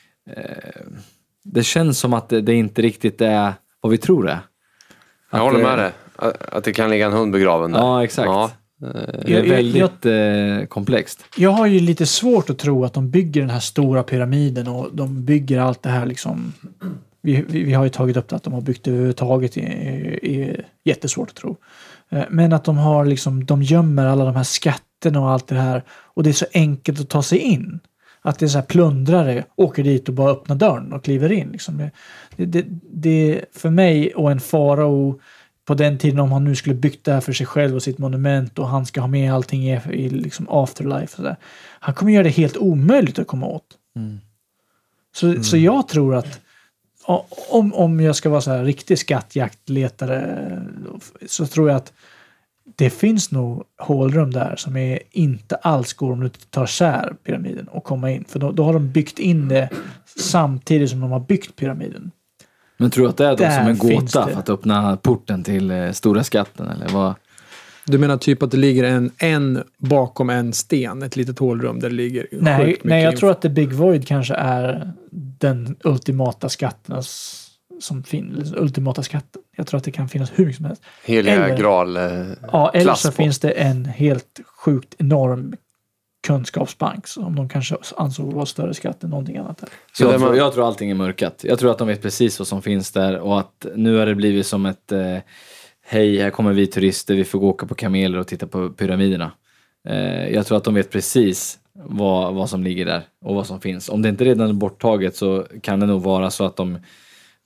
C: det känns som att det inte riktigt är vad vi tror det är.
E: Jag håller med dig. Att det kan ligga en hund begraven där.
C: Ja, exakt.
E: Ja.
C: Det är väldigt komplext.
D: Jag har ju lite svårt att tro att de bygger den här stora pyramiden och de bygger allt det här liksom. Vi har ju tagit upp det att de har byggt överhuvudtaget är jättesvårt att tro. Men att de har liksom, de gömmer alla de här skatterna och allt det här och det är så enkelt att ta sig in. Att det är så här plundrare åker dit och bara öppnar dörren och kliver in. Liksom. Det för mig och en farao på den tiden, om han nu skulle byggt det här för sig själv och sitt monument och han ska ha med allting i liksom afterlife. Så där. Han kommer göra det helt omöjligt att komma åt. Så jag tror att om jag ska vara så här riktig skattjaktletare så tror jag att det finns nog hålrum där som är inte alls går om du tar sär pyramiden och komma in. För då har de byggt in det samtidigt som de har byggt pyramiden.
C: Men tror du att det är då som en gåta
D: det.
C: för att öppna porten till stora skatten? Eller vad?
B: Du menar typ att det ligger en bakom en sten, ett litet hålrum där det ligger
D: Nej, jag tror att The Big Void kanske är den ultimata skatten som finns, ultimata skatten. Jag tror att det kan finnas hur mycket som helst.
E: Heliga graal
D: eller så finns det en helt sjukt enorm kunskapsbank som de kanske ansåg var större skatt än någonting annat. Här.
C: Så jag tror allting är mörkat. Jag tror att de vet precis vad som finns där och att nu har det blivit som ett hej, här kommer vi turister, vi får gå åka på kameler och titta på pyramiderna. Jag tror att de vet precis vad som ligger där och vad som finns. Om det inte redan är borttaget så kan det nog vara så att de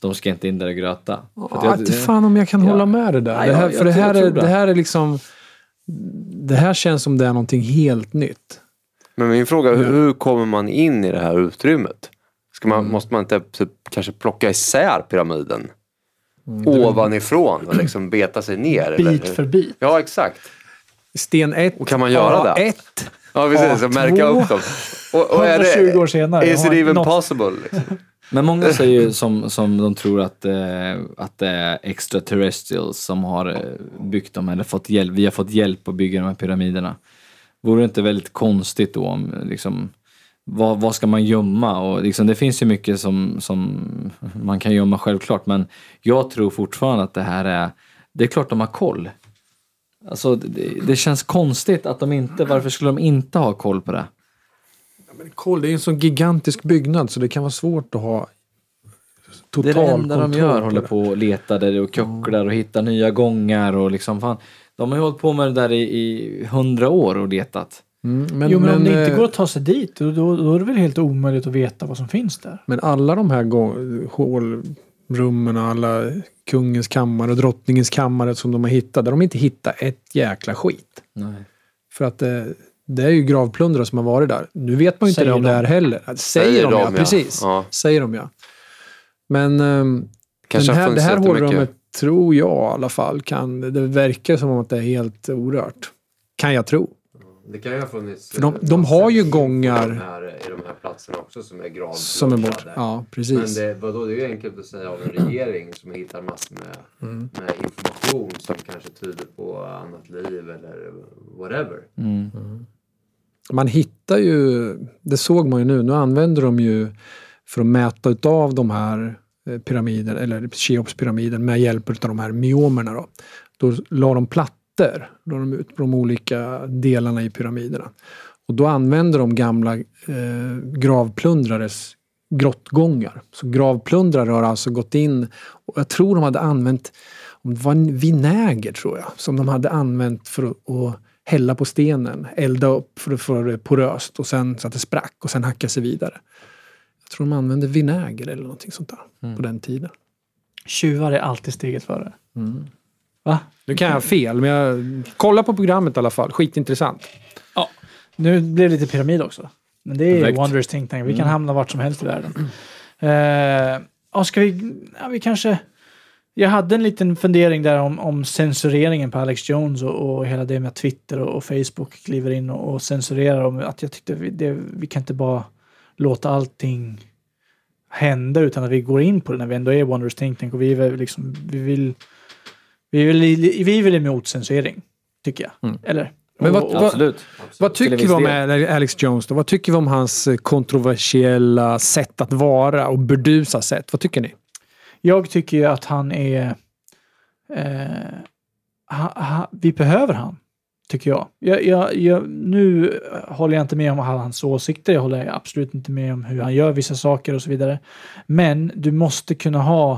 C: de ska inte in där och gröta.
B: Inte fan om jag kan hålla med det där. Det här är liksom... Det här känns som det är någonting helt nytt.
E: Men min fråga, hur kommer man in i det här utrymmet? Måste man inte typ, kanske plocka isär pyramiden? Ovanifrån och liksom beta sig ner?
D: Bit för bit.
E: Ja, exakt.
B: Sten 1.
E: Och kan man göra det?
B: 1.
E: Ja, precis. Och märka upp dem. Och är
D: 120 år senare.
E: Is it even possible? Liksom?
C: Men många säger ju som de tror att det är extraterrestrials som har byggt dem eller fått hjälp. Vi har fått hjälp att bygga de här pyramiderna. Vore det inte väldigt konstigt då om liksom, vad ska man gömma? Och liksom, det finns ju mycket som man kan gömma självklart, men jag tror fortfarande att det är klart de har koll. Alltså det känns konstigt att varför skulle de inte ha koll på det?
B: Koll, det är en sån gigantisk byggnad så det kan vara svårt att ha total
C: kontroll. Det är det enda de gör, håller
B: det.
C: på och letar där och kucklar och hittar nya gångar och liksom fan. De har ju hållit på med det där i 100 år och letat.
D: Men om det inte går att ta sig dit då är det väl helt omöjligt att veta vad som finns där.
B: Men alla de här hålrummen, alla kungens kammare och drottningens kammare som de har hittat, där de inte hittat ett jäkla skit.
C: Nej.
B: För att det är ju gravplundrare som har varit där. Nu vet man ju inte det om det är heller. Säger de ja, precis. Ja. Säger de ja. Men det här hålrummet tror jag i alla fall det verkar som att det är helt orört. Kan jag tro.
E: Det kan ju ha funnits...
B: För de har ju gångar...
E: I de här platserna också som är gravplundrade.
B: Som är bort. Ja, precis.
E: Men det är ju enkelt att säga av en regering som hittar massor med information som kanske tyder på annat liv eller whatever.
B: Man hittar ju... Det såg man ju nu. Nu använder de ju för att mäta utav de här pyramider eller Cheopspyramiden med hjälp av de här myomerna då la de la de ut på de olika delarna i pyramiderna. Och då använder de gamla gravplundrares grottgångar. Så gravplundrare har alltså gått in och jag tror de hade använt, om det var vinäger tror jag, som de hade använt för att hälla på stenen, elda upp för att få det poröst och sen så att det sprack och sen hacka sig vidare. Jag tror de använde vinäger eller någonting sånt där på den tiden.
D: Tjuvar är alltid steget före. Va?
B: Nu kan jag ha fel, men jag kollar på programmet i alla fall. Skitintressant.
D: Ja, nu blir det lite pyramid också. Men det är perfekt. Wonders Think Tank. Vi kan hamna vart som helst i världen. Vi kanske... Jag hade en liten fundering där om censureringen på Alex Jones och hela det med Twitter och Facebook kliver in och censurerar om att jag tyckte vi kan inte bara låta allting hända utan att vi går in på det när vi ändå är Wonders Think Tank och vi vill emot censurering tycker jag. Eller?
B: Men
C: absolut.
B: Vad tycker vi om Alex Jones då? Vad tycker vi om hans kontroversiella sätt att vara och burdusa sätt? Vad tycker ni?
D: Jag tycker ju att han är vi behöver han, tycker jag. Nu håller jag inte med om hans åsikter. Jag håller absolut inte med om hur han gör vissa saker och så vidare. Men du måste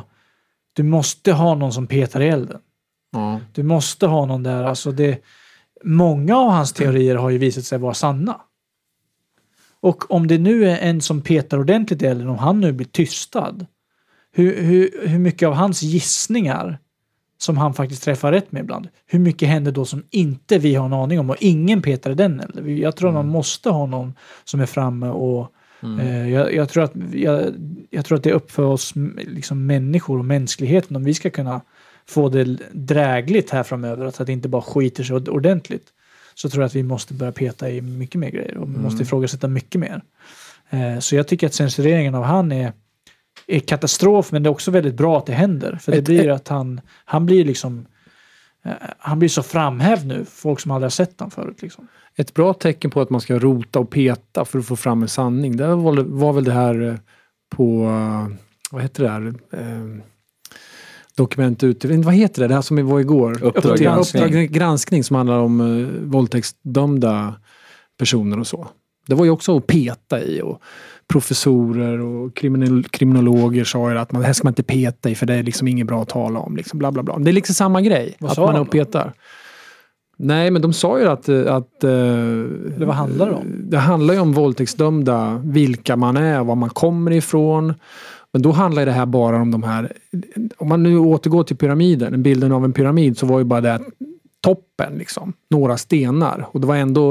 D: ha någon som petar i elden. Du måste ha någon där. Alltså många av hans teorier har ju visat sig vara sanna. Och om det nu är en som petar ordentligt i elden, om han nu blir tystad, hur mycket av hans gissningar som han faktiskt träffar rätt med ibland, hur mycket händer då som inte vi har en aning om och ingen petar i den eller? Jag tror att man måste ha någon som är framme och jag tror att det är upp för oss liksom människor och mänskligheten om vi ska kunna få det drägligt här framöver, att det inte bara skiter sig ordentligt, så tror jag att vi måste börja peta i mycket mer grejer och måste ifrågasätta mycket mer. Så jag tycker att censureringen av han är katastrof, men det är också väldigt bra att det händer. För det blir att han blir liksom han blir så framhävd nu, folk som aldrig har sett han förut liksom.
B: Ett bra tecken på att man ska rota och peta för att få fram en sanning, det var väl det här på vad heter det här dokument ut, vad heter det här som var igår? Uppdrag granskning som handlar om våldtäktsdömda personer och så. Det var ju också att peta i och professorer och kriminologer sa ju att det här ska man inte peta i för det är liksom inget bra att tala om. Liksom bla bla bla. Det är liksom samma grej. Att man är och petar. Nej, men de sa ju att
D: vad handlar det om?
B: Det handlar ju om våldtäktsdömda, vilka man är, var man kommer ifrån. Men då handlar det här bara om de här, om man nu återgår till pyramiden, bilden av en pyramid, så var ju bara det toppen liksom, några stenar, och det var ändå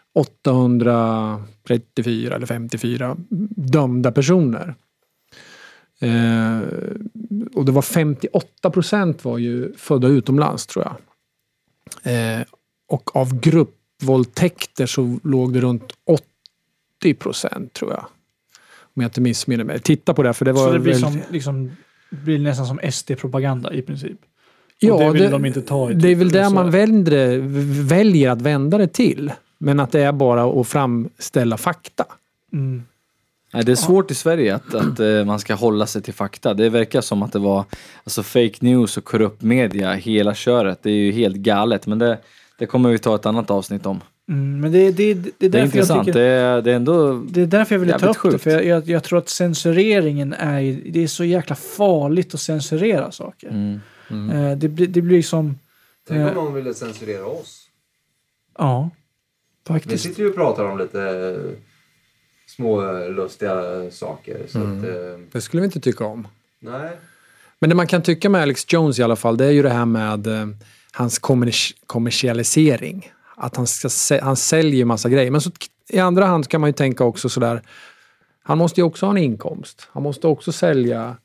B: 834 eller 54 dömda personer. Och det var 58% var ju födda utomlands, tror jag. Och av gruppvåldtäkter så låg det runt 80%, tror jag. Om jag inte missminner mig. Titta på det, för det var...
D: Så det blir, som, liksom, blir nästan som SD-propaganda i princip?
B: Ja,
D: och det vill de inte ta i.
B: Det är väl där man väljer att vända det till. Men att det är bara att framställa fakta.
C: Mm. Nej, det är svårt i Sverige att man ska hålla sig till fakta. Det verkar som att det var alltså fake news och korrupt media hela köret. Det är ju helt galet, men det kommer vi ta ett annat avsnitt om.
D: Men det är därför
C: är intressant.
D: Jag tycker,
C: det är ändå
D: det är därför jag ville ta upp
C: sjukt.
D: det. För jag tror att censureringen det är så jäkla farligt att censurera saker. Det blir som...
E: Tänk om någon ville censurera oss.
D: Ja, faktiskt.
E: Vi sitter ju och pratar om lite små lustiga saker. Så att,
B: det skulle vi inte tycka om.
E: Nej.
B: Men det man kan tycka med Alex Jones i alla fall, det är ju det här med hans kommersialisering. Att han säljer massa grejer. Men så, i andra hand kan man ju tänka också sådär, han måste ju också ha en inkomst. Han måste också sälja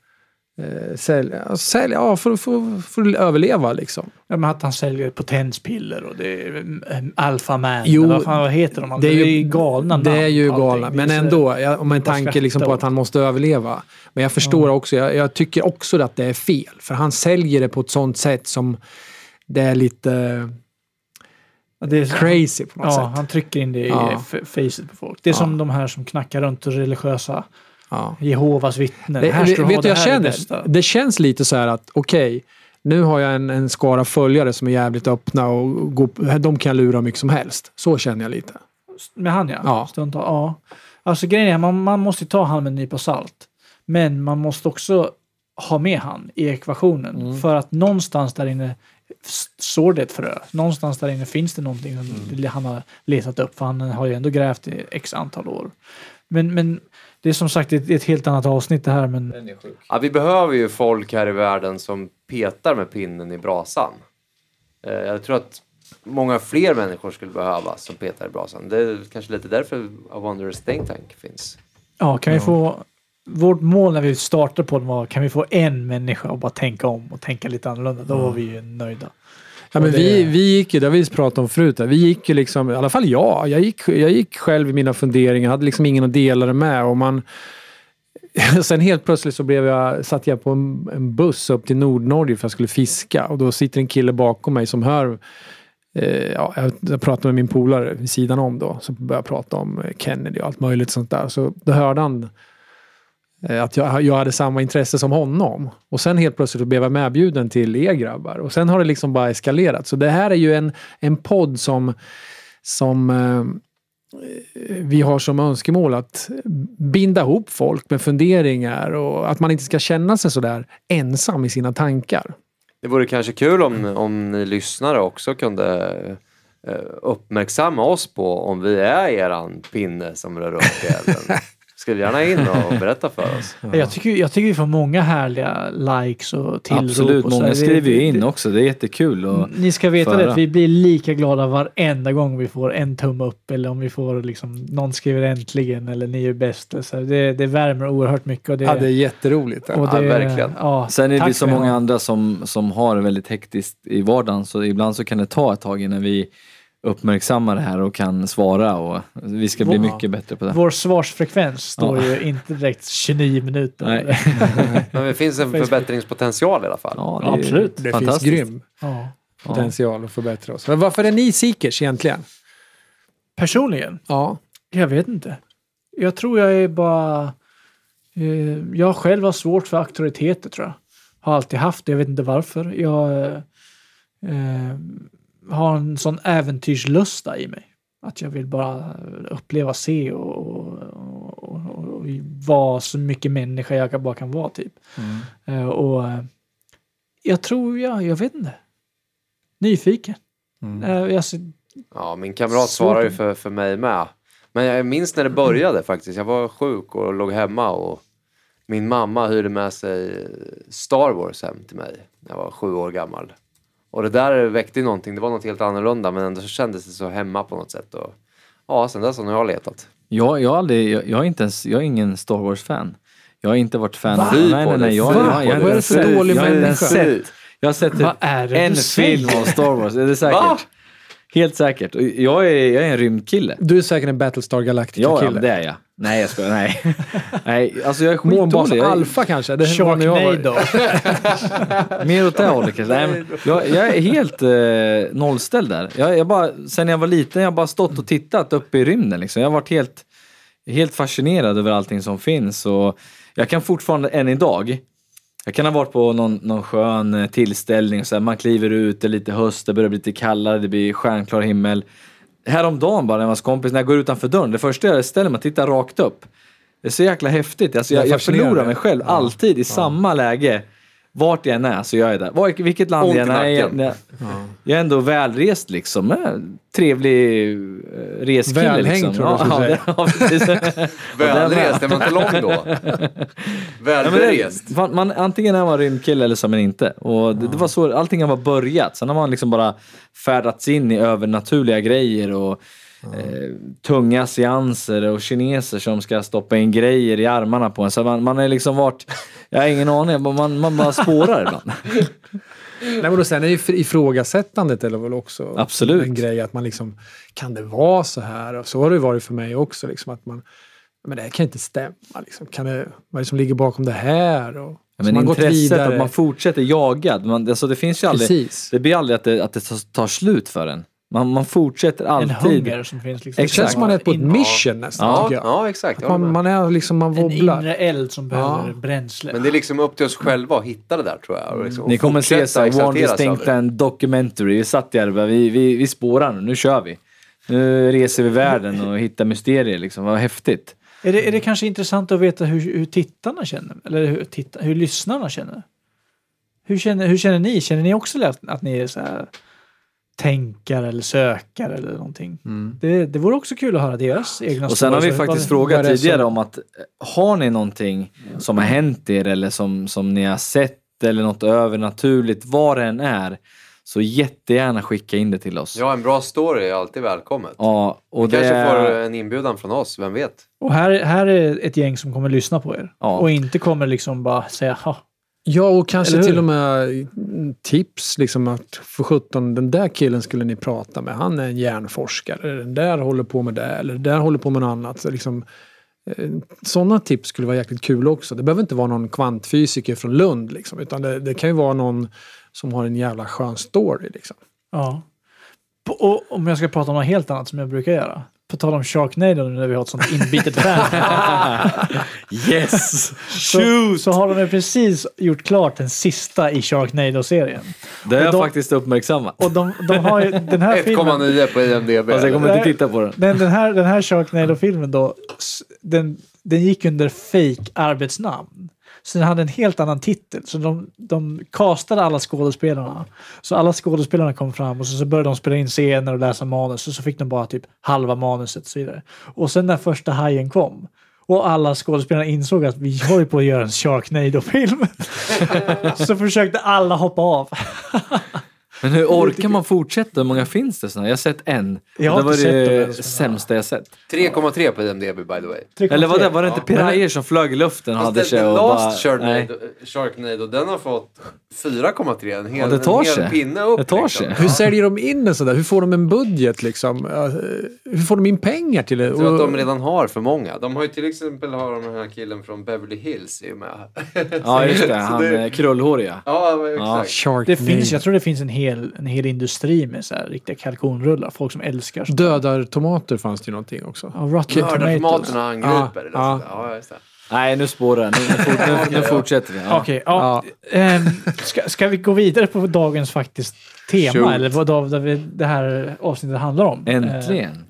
B: för att överleva liksom.
D: Ja, men att han säljer potenspiller och det är alfaman.
B: Jo,
D: vad heter de?
B: Det är ju
D: galna namn.
B: Det är ju galna. Men ändå, om en tanke liksom på att han måste överleva. Men jag förstår också, jag tycker också att det är fel. För han säljer det på ett sånt sätt som det är lite... Det är crazy på något sätt.
D: Han trycker in det i facet på folk. Det är som de här som knackar runt och religiösa Jehovas vittnen. Det känns lite så här att okej, nu har jag en skara följare som är jävligt öppna och de kan lura mycket som helst. Så känner jag lite. Med han Alltså grejen är, man måste ta han med en nypa salt. Men man måste också ha med han i ekvationen. För att någonstans där inne sår det ett frö. Någonstans där inne finns det någonting som han har letat upp. För han har ju ändå grävt i x antal år. Men det är som sagt ett helt annat avsnitt det här. Men...
E: Ja, vi behöver ju folk här i världen som petar med pinnen i brasan. Jag tror att många fler människor skulle behövas som petar i brasan. Det är kanske lite därför A Wondrous Think Tank finns.
D: Ja, kan vi få... Vårt mål när vi startade på det var, kan vi få en människa och bara tänka om och tänka lite annorlunda, då var vi ju nöjda.
B: Ja, men vi gick ju, det har vi pratat om förut, vi gick ju liksom, i alla fall jag gick själv i mina funderingar, hade liksom ingen att dela det med, och sen helt plötsligt så satt jag på en buss upp till Nordnorge för att jag skulle fiska, och då sitter en kille bakom mig som hör, jag pratade med min polare vid sidan om då, så började jag prata om Kennedy och allt möjligt sånt där, så då hörde han att jag hade samma intresse som honom. Och sen helt plötsligt blev jag medbjuden till grabbar. Och sen har det liksom bara eskalerat. Så det här är ju en podd som vi har som önskemål att binda ihop folk med funderingar. Och att man inte ska känna sig så där ensam i sina tankar.
E: Det vore kanske kul om ni lyssnare också kunde uppmärksamma oss på om vi är eran pinne som rör upp i elden. Skriv gärna in och berätta för oss.
D: Jag tycker vi får många härliga likes och tillrop.
C: Absolut,
D: och
C: många skriver ju in också. Det är jättekul att
D: ni ska veta det, att vi blir lika glada varenda gång vi får en tumme upp, eller om vi får liksom, någon skriver äntligen, eller ni är bäst. Så det värmer oerhört mycket. Och det
B: är jätteroligt.
E: Och det, verkligen.
C: Sen är det så många andra som har det väldigt hektiskt i vardagen, så ibland så kan det ta ett tag innan vi uppmärksamma det här och kan svara, och vi ska bli mycket bättre på det.
D: Vår svarsfrekvens står ju inte direkt 29 minuter.
C: Nej.
E: Men det finns en förbättringspotential i alla fall.
C: Ja,
D: absolut.
B: Det finns grym potential att förbättra oss. Men varför är ni seekers egentligen?
D: Personligen?
B: Ja.
D: Jag vet inte. Jag tror jag är bara... jag själv har svårt för auktoriteter, tror jag. Har alltid haft det, jag vet inte varför. Jag... har en sån äventyrslusta i mig. Att jag vill bara uppleva, se och vara så mycket människa jag bara kan vara, typ. Och jag tror, jag vet inte. Nyfiken.
E: Ja, min kamrat svarar ju för mig med. Men jag minns när det började faktiskt. Jag var sjuk och låg hemma och min mamma hyrde med sig Star Wars hem till mig när jag var 7 år gammal. Och det där väckte ju någonting. Det var något helt annorlunda, men ändå så kändes det så hemma på något sätt. Och ja, sen dess har jag letat.
C: Jag är ingen Star Wars-fan. Jag har inte varit fan.
B: Va?
C: Nej. Jag
B: Vad är det för dålig människa?
C: Jag har sett en film av Star Wars. Är det säkert?
E: Va?
C: Helt säkert. Och jag är en rymdkille.
B: Du är säkert en Battlestar Galactica-kille.
C: Ja, det är jag. Nej, jag skojar. Nej, alltså jag är
B: Månbas
C: skitdålig.
B: Alpha kanske. Det var när jag var.
C: Mer åt det hållet kanske. Nej, men jag är helt nollställd där. Jag bara, sen jag var liten, jag har bara stått och tittat upp i rymden. Liksom. Jag har varit helt fascinerad över allting som finns. Och jag kan fortfarande än idag. Jag kan ha varit på någon skön tillställning. Så här, man kliver ut, det är lite höst, det börjar bli lite kallare, det blir stjärnklar himmel. Häromdagen bara när jag var kompis, när jag går utanför dörren, det första jag ställer mig att titta rakt upp. Det är så jäkla häftigt. Alltså, jag förlorar mig själv alltid i samma läge. Vart jag än är så jag är där. Vilket land jag än är. Jag är ändå välrest liksom. Trevlig reskille
B: välhängd,
C: liksom.
B: tror jag.
E: Välrest, är man inte lång då? Välberest.
C: Antingen är man rymdkille eller så är man inte. Och det var så, allting har börjat. Sen har man liksom bara färdats in i övernaturliga grejer och tunga seanser och kineser som ska stoppa in grejer i armarna på en. Så man är liksom varit, jag har ingen aning, man bara spårar ibland.
B: Nej, men då sen är ju ifrågasättandet eller väl också
C: absolut
B: en grej att man liksom, kan det vara så här? Och så har det varit för mig också liksom, att man, men det här kan inte stämma liksom. Vad är det som ligger bakom det här? Och
C: men
B: man
C: intresset att man fortsätter jagad, alltså det finns ju aldrig,
B: precis.
C: Det blir aldrig att det tar slut för en. Man fortsätter alltid.
D: En hunger som finns liksom.
B: Det känns som man är på ett mission nästan.
E: Ja, exakt.
B: Man är liksom, man wobblar.
D: En inre eld som behöver bränsle.
E: Men det är liksom upp till oss själva att hitta det där, tror jag. Och liksom,
C: ni kommer se så här, One Distinct
E: and
C: Documentary. Vi satt där och vi spårar nu kör vi. Nu reser vi världen och hittar mysterier liksom. Vad häftigt.
D: Är det kanske intressant att veta hur tittarna känner? Eller hur lyssnarna känner? Hur känner ni? Känner ni också att ni är så här tänkare eller sökare eller någonting? Det vore också kul att höra deras egna.
C: Och sen har vi faktiskt frågat tidigare om att har ni någonting som har hänt er eller som ni har sett eller något övernaturligt, vad det än är, så jättegärna skicka in det till oss.
E: Ja, en bra story är alltid välkommet.
C: Ja, och
E: vi kanske får en inbjudan från oss, vem vet?
D: Och här är ett gäng som kommer lyssna på er. Ja. Och inte kommer liksom bara säga
B: ja, och kanske till och med tips liksom att för 17, den där killen skulle ni prata med. Han är en hjärnforskare. Den där håller på med det. Eller den där håller på med något annat. Så liksom, sådana tips skulle vara jäkligt kul också. Det behöver inte vara någon kvantfysiker från Lund liksom, utan det kan ju vara någon som har en jävla skön story liksom.
D: Ja. Och om jag ska prata om något helt annat som jag brukar göra. På tal om Sharknado nu när vi har ett sånt inbitet fan.
C: Yes! Shoot!
D: Så har de precis gjort klart den sista i Sharknado-serien.
C: Det har jag faktiskt uppmärksammat.
D: Och de har ju den här
E: 1,9 på IMDb.
C: Alltså jag kommer inte titta på den.
D: Den här Sharknado-filmen då, den gick under fake arbetsnamn. Så den hade en helt annan titel. Så de castade alla skådespelarna. Så alla skådespelarna kom fram och så började de spela in scener och läsa manus. Och så fick de bara typ halva manuset och så vidare. Och sen när första hajen kom och alla skådespelarna insåg att vi håller på att göra en Sharknado-film. Så försökte alla hoppa av.
C: Men hur orkar man fortsätta? Hur många finns det såna? Jag har sett en.
D: Jag har
C: det var
D: inte
C: det sämsta jag sett.
E: 3,3 på IMDb, by the way.
D: 3,3.
C: Eller var det inte pirajer som flög i luften och hade sig och
E: Last
C: bara...
E: Sharknado, den har fått 4,3. En hel,
C: det tar sig.
E: En hel pinne upp.
C: Det tar
E: liksom.
C: sig.
B: Hur säljer de in det sådär? Hur får de en budget liksom? Hur får de in pengar till det?
E: Jag tror att de redan har för många. De har ju till exempel den här killen från Beverly Hills i och med.
C: Ja, just det. Han krullhåriga.
E: Ja, exakt.
D: Det finns, jag tror det finns en hel industri med så här riktiga kalkonrullar. Folk som älskar sånt.
B: Dödar tomater fanns det ju någonting också.
D: Ja, Rotten Tomatoes.
E: Tomaterna angriper. Ja, just det.
C: Nej, nu spårar nu fortsätter vi.
D: Okej, ska vi gå vidare på dagens faktiskt tema?
E: Shoot.
D: Eller vad det här avsnittet handlar om?
C: Äntligen.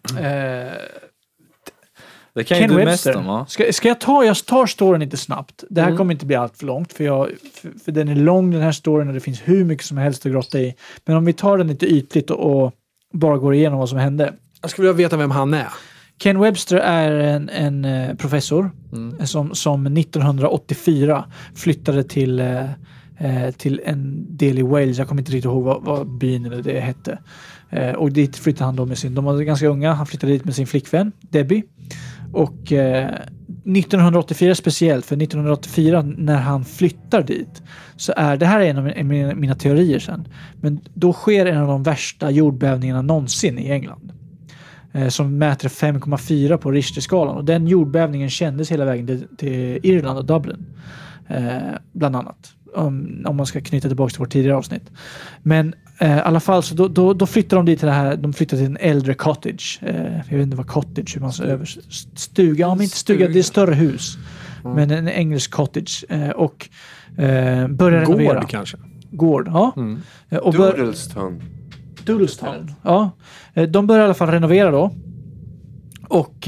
C: Det kan
D: Ken
C: ju du
D: Webster.
C: mest om, va?
D: Jag tar storyn lite snabbt. Det här kommer inte bli allt för långt. För den är lång, den här storyn, och det finns hur mycket som helst att grotta i. Men om vi tar den lite ytligt och bara går igenom vad som hände.
B: Jag skulle vilja veta vem han är.
D: Ken Webster är en professor som 1984 flyttade till en del i Wales. Jag kommer inte riktigt ihåg vad byn eller det hette. Och dit flyttade han då de var ganska unga. Han flyttade dit med sin flickvän Debbie. Och 1984 speciellt, för 1984 när han flyttar dit, så det här är en av mina teorier sen, men då sker en av de värsta jordbävningarna någonsin i England, som mäter 5,4 på Richterskalan, och den jordbävningen kändes hela vägen till Irland och Dublin, bland annat, om man ska knyta tillbaka till vårt tidigare avsnitt. Men i alla fall så då flyttar de dit till det här. De flyttar till en äldre cottage. Jag vet inte vad cottage, hur man ska stuga. Ja, men inte stuga, det är större hus. Men en engelsk cottage. Och börjar renovera.
B: Gård kanske?
D: Gård, ja. Och Doodlestown. Ja. De börjar i alla fall renovera då. Och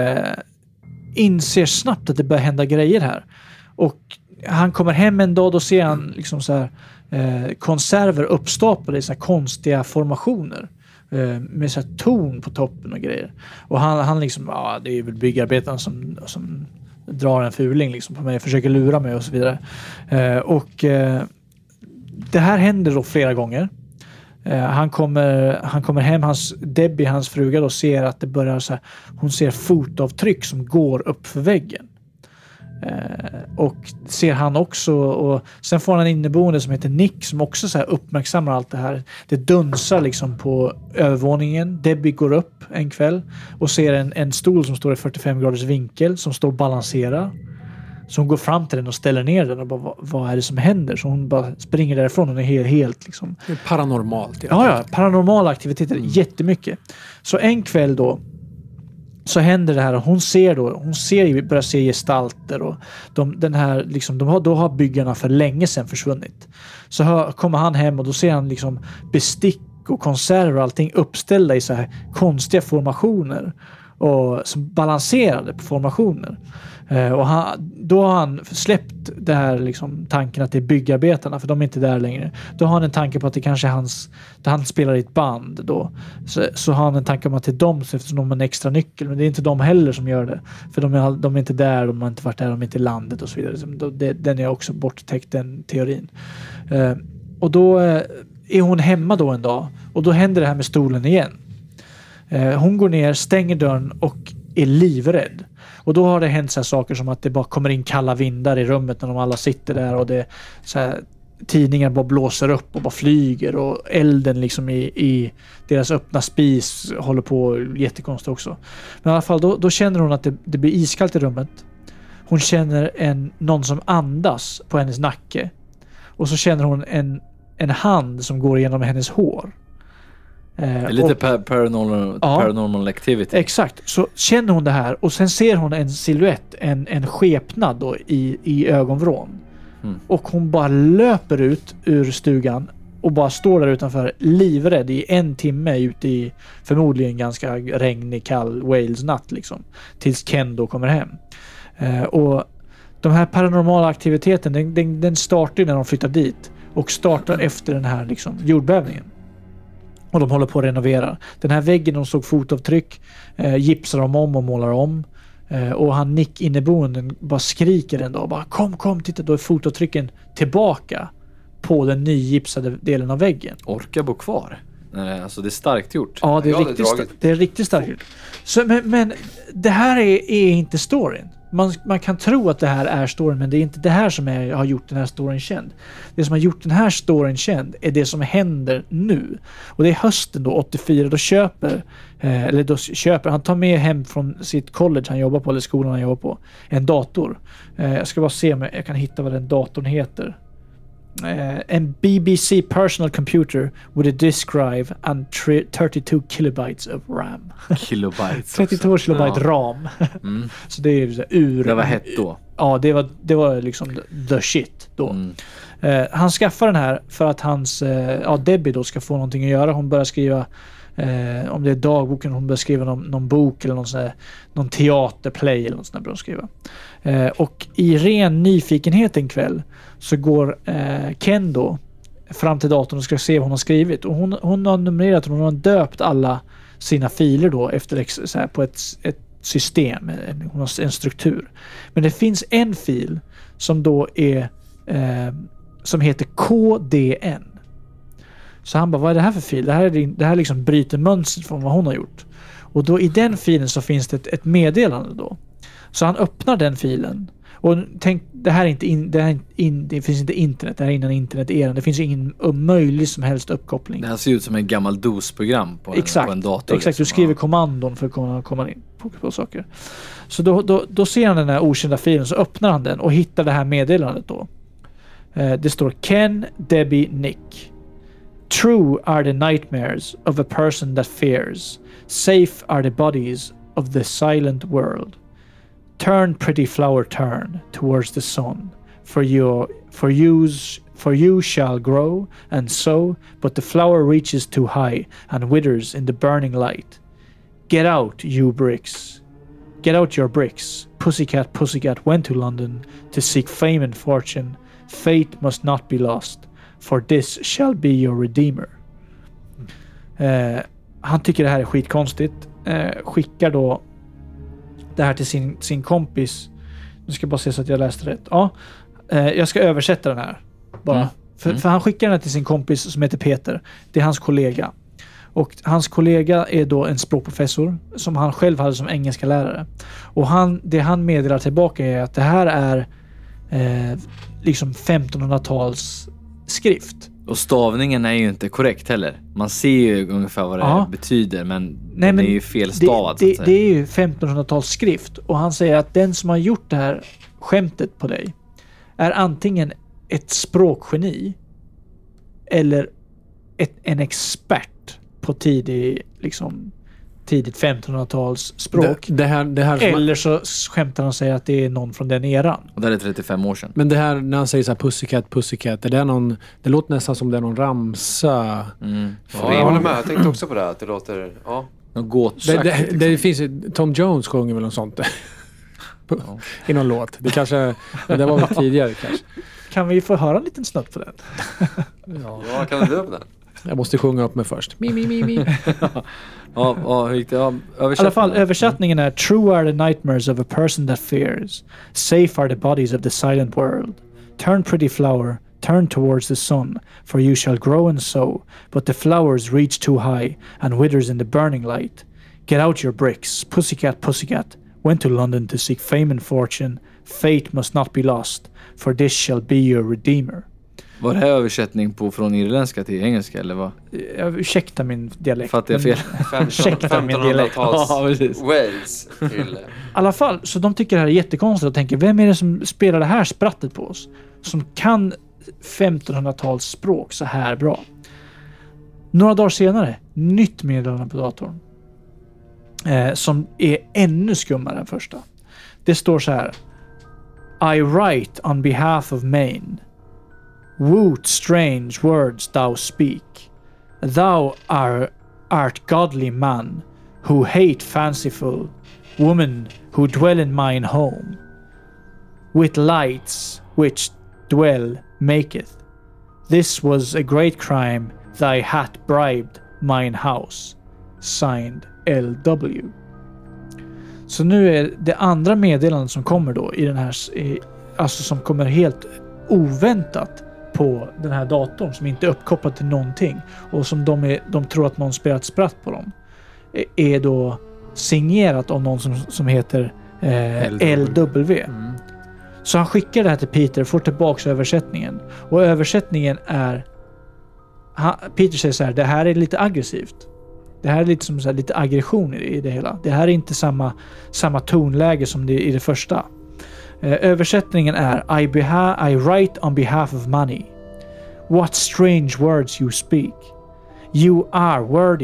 D: inser snabbt att det börjar hända grejer här. Och han kommer hem en dag, då ser han liksom så här konserver uppstapade i så här konstiga formationer med så här torn på toppen och grejer. Och han liksom, det är väl byggarbetaren som drar en fuling liksom på mig, försöker lura mig och så vidare. Och det här händer då flera gånger. Han kommer hem, Debbie, hans fruga, då ser att det börjar så här, hon ser fotavtryck som går upp för väggen. Och ser han också, och sen får han en inneboende som heter Nick som också så här uppmärksammar allt det här. Det dunsar liksom på övervåningen. Debbie går upp en kväll och ser en stol som står i 45 graders vinkel som står och balanserar. Så hon går fram till den och ställer ner den och bara, vad är det som händer? Så hon bara springer därifrån. Hon är helt liksom...
B: Det är paranormalt.
D: Ja, paranormala aktiviteter, jättemycket. Så en kväll då så händer det här, och hon börjar se gestalter, och den här liksom, då har byggarna för länge sedan försvunnit. Så kommer han hem och då ser han liksom bestick och konserver och allting uppställda i så här konstiga formationer och som balanserade på formationer. Och då har han släppt det här liksom, tanken att det är byggarbetarna, för de är inte där längre. Då har han en tanke på att det kanske är han spelar i ett band då. Så har han en tanke om att det är de, eftersom de har en extra nyckel, men det är inte de heller som gör det. För de är inte där, de har inte varit där, de är inte i landet och så vidare. Den är också borttäckt, den teorin. Och då är hon hemma då en dag, och då händer det här med stolen igen. Hon går ner, stänger dörren och är livrädd. Och då har det hänt så här saker som att det bara kommer in kalla vindar i rummet när de alla sitter där, och det så här, tidningar bara blåser upp och bara flyger, och elden liksom i deras öppna spis håller på jättekonstigt också. Men i alla fall då känner hon att det blir iskallt i rummet. Hon känner någon som andas på hennes nacke, och så känner hon en hand som går igenom hennes hår.
C: Lite paranormal activity.
D: Exakt, så känner hon det här, och sen ser hon en silhuett, en skepnad då i ögonvrån. Och hon bara löper ut ur stugan och bara står där utanför livrädd i 1 timme ute i förmodligen ganska regnig, kall Wales-natt liksom, tills Ken då kommer hem. Och de här paranormala aktiviteten, den startar när de flyttar dit, och startar efter den här liksom, jordbävningen. Och de håller på att renovera. Den här väggen, de såg fotavtryck, gipsar de om och målar om. Och han Nick inneboenden bara skriker en dag, bara kom, titta, då är fotavtrycken tillbaka på den nygipsade delen av väggen.
C: Orkar bo kvar. Alltså det är starkt gjort.
D: Ja, det är riktigt starkt gjort. Så, men det här är inte storyn. Man kan tro att det här är storyn, men det är inte det här som har gjort den här storyn känd. Det som har gjort den här storyn känd är det som händer nu. Och det är hösten då, 84, då köper han, tar med hem från sitt college han jobbar på, eller skolan han jobbar på, en dator. Jag ska bara se om jag kan hitta vad den datorn heter. En BBC personal computer with a disk drive and 32 kilobytes of RAM.
C: Kilobytes.
D: 32 kilobyte RAM. Så det är ur.
C: Det var hett då.
D: Ja, det var liksom the shit då. Han skaffar den här för att hans Debbie då ska få någonting att göra. Hon börjar skriva om det är dagboken, hon börjar skriva någon bok eller någon teaterplay eller något sånt där börjar skriva. Och i ren nyfikenhet en kväll så går Ken då fram till datorn och ska se vad hon har skrivit, och hon har numrerat och hon har döpt alla sina filer då efter så här, på ett system, en struktur. Men det finns en fil som då är som heter KDN. Så han bara, vad är det här för fil? Det här liksom bryter mönstret från vad hon har gjort. Och då i den filen så finns det ett meddelande då. Så han öppnar den filen. Och tänk, det finns inte internet. Det här är innan internet-eran. Det finns ingen möjlig som helst uppkoppling.
C: Det här ser ut som en gammal DOS-program på en dator.
D: Exakt, du skriver kommandon för att kunna komma in på saker. Så då ser han den här okända filen, så öppnar han den och hittar det här meddelandet då. Det står Ken, Debbie, Nick. True are the nightmares of a person that fears. Safe are the bodies of the silent world. Turn, pretty flower, turn towards the sun. For you shall grow and sow, but the flower reaches too high and withers in the burning light. Get out, you bricks. Get out your bricks. Pussycat, pussycat went to London to seek fame and fortune. Fate must not be lost, for this shall be your redeemer. Han tycker det här är skitkonstigt. Skickar då det här till sin kompis. Nu ska jag bara se så att jag läste rätt. Ja, jag ska översätta den här bara. För han skickar den här till sin kompis som heter Peter. Det är hans kollega. Och hans kollega är då en språkprofessor som han själv hade som engelska lärare. Och det han meddelar tillbaka är att det här är liksom 1500-tals skrift.
C: Och stavningen är ju inte korrekt heller. Man ser ju ungefär vad det betyder, men det är ju felstavat.
D: Det är ju 1500-tals skrift. Och han säger att den som har gjort det här skämtet på dig är antingen ett språkgeni eller en expert på tidigt 1500-tals språk.
B: Det här
D: eller så skämtar han och säger att det är någon från den eran.
C: Och det är 35 år sedan.
B: Men det här, när han säger så här pussycat, det låter nästan som det är någon ramsa.
E: Ja, jag håller med. Jag tänkte också på det här, att det låter... Ja.
B: Det finns Tom Jones sjunger väl något sånt i någon låt. Det var väl tidigare kanske.
D: Kan vi få höra en liten snutt på den?
E: Ja, kan du upp den?
B: Jag måste sjunga upp mig först. Mi.
C: Ja,
D: i alla fall, översättningen är True are the nightmares of a person that fears. Safe are the bodies of the silent world. Turn, pretty flower, turn towards the sun, for you shall grow and sow, but the flowers reach too high and withers in the burning light. Get out your bricks, pussycat, pussycat, went to London to seek fame and fortune. Fate must not be lost, for this shall be your redeemer.
C: Var det här översättning från irländska till engelska eller vad?
D: Ursäkta min dialekt.
C: Fattar jag fel?
D: Ursäkta min dialekt.
E: Wales.
D: I alla fall, så de tycker det här är jättekonstigt och tänker, vem är det som spelar det här sprattet på oss? Som kan 1500-tals språk så här bra. Några dagar senare, nytt meddelande på datorn. Som är ännu skummare än första. Det står så här: I write on behalf of Maine. Woot strange words thou speak. Thou art godly man, who hate fanciful woman who dwell in mine home. With lights which dwell maketh. This was a great crime, thy hat bribed mine house. Signed LW. Så nu är det andra meddelandet som kommer då i den här, alltså som kommer helt oväntat på den här datorn, som inte är uppkopplad till någonting och som de tror att någon spelat spratt på dem, är då signerat av någon som heter LW. Så han skickar det här till Peter och får tillbaka översättningen, och översättningen är, Peter säger så här: det här är lite aggressivt. Det här är lite som så här, lite aggression i det hela. Det här är inte samma tonläge som det i det första. Översättningen är: I write on behalf of money. What strange words you speak. You are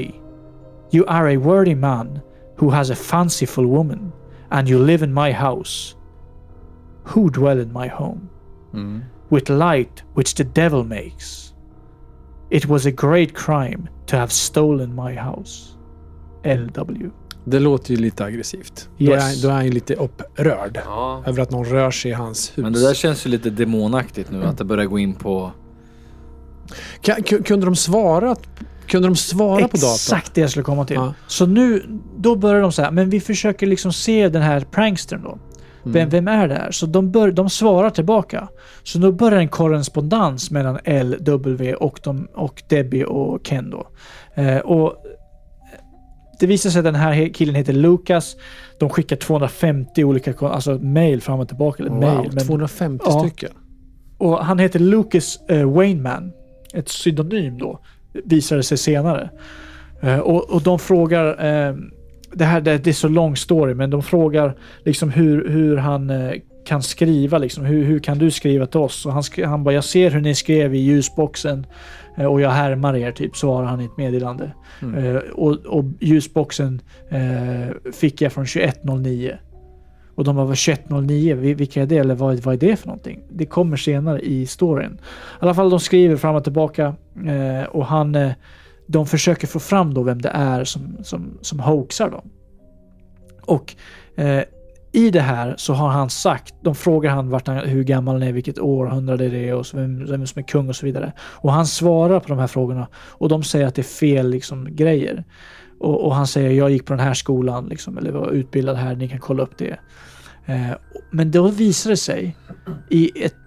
D: a worthy man who has a fanciful woman, and you live in my house. Who dwell in my home? With light which the devil makes. It was a great crime to have stolen my house. LW.
B: Det låter ju lite aggressivt.
D: Yes.
B: Då är han ju lite upprörd över att någon rör sig i hans hus.
C: Men det där känns ju lite demonaktigt nu, att det börjar gå in på...
B: Kunde de svara Kunde de svara på datorn?
D: Exakt det jag skulle komma till.
B: Ja.
D: Så nu, då börjar de säga, men vi försöker liksom se den här prankstern då. Vem är det här? Så de svarar tillbaka. Så då börjar en korrespondens mellan LW och Debbie och Ken då. Och det visar sig att den här killen heter Lucas. De skickar 250 olika mail fram och tillbaka.
B: Wow,
D: mail,
B: 250 stycken.
D: Och han heter Lucas Wayneman. Ett pseudonym då, visade sig senare. Och de frågar... det är så lång story, men de frågar liksom hur han kan skriva liksom, hur kan du skriva till oss? Och han bara, jag ser hur ni skrev i ljusboxen och jag härmar er, typ, svarar han i ett meddelande. Och ljusboxen fick jag från 2109. Och de bara, vad 2109? Vilka är det? Eller vad är det för någonting? Det kommer senare i storyn. I alla fall, de skriver fram och tillbaka och de försöker få fram då vem det är som hoaxar dem. Och i det här så har han sagt, de frågar han hur gammal han är, vilket århundrade det är och vem som är kung och så vidare. Och han svarar på de här frågorna och de säger att det är fel liksom, grejer. Och han säger, jag gick på den här skolan liksom, eller var utbildad här, ni kan kolla upp det. Men då visar det sig i ett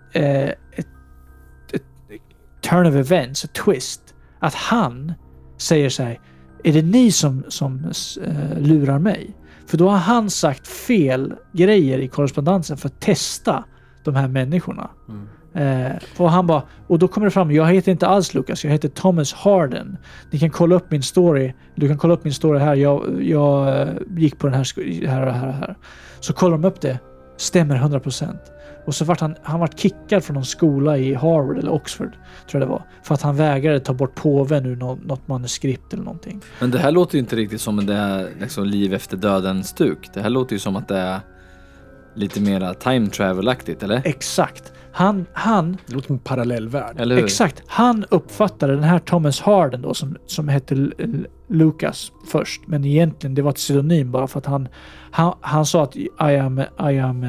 D: turn of events, ett twist, att han säger så här, är det ni som lurar mig? För då har han sagt fel grejer i korrespondensen för att testa de här människorna. Och han bara, och då kommer det fram, jag heter inte alls Lucas, jag heter Thomas Harden. Ni kan kolla upp min story. Du kan kolla upp min story här. Jag gick på den här. Så kollar de upp det. Stämmer 100%. Och så vart han vart kickad från någon skola i Harvard eller Oxford, tror jag det var. För att han vägrade ta bort påven ur något manuskript eller någonting. Men
C: det här låter ju inte riktigt som det är liksom liv efter döden stuk. Det här låter ju som att det är lite mer time travel-aktigt, eller?
D: Exakt. Det
B: låter som en parallellvärld.
C: Eller hur?
D: Exakt. Han uppfattade den här Thomas Harden då, som hette Lucas först. Men egentligen det var ett pseudonym bara för att han sa att I am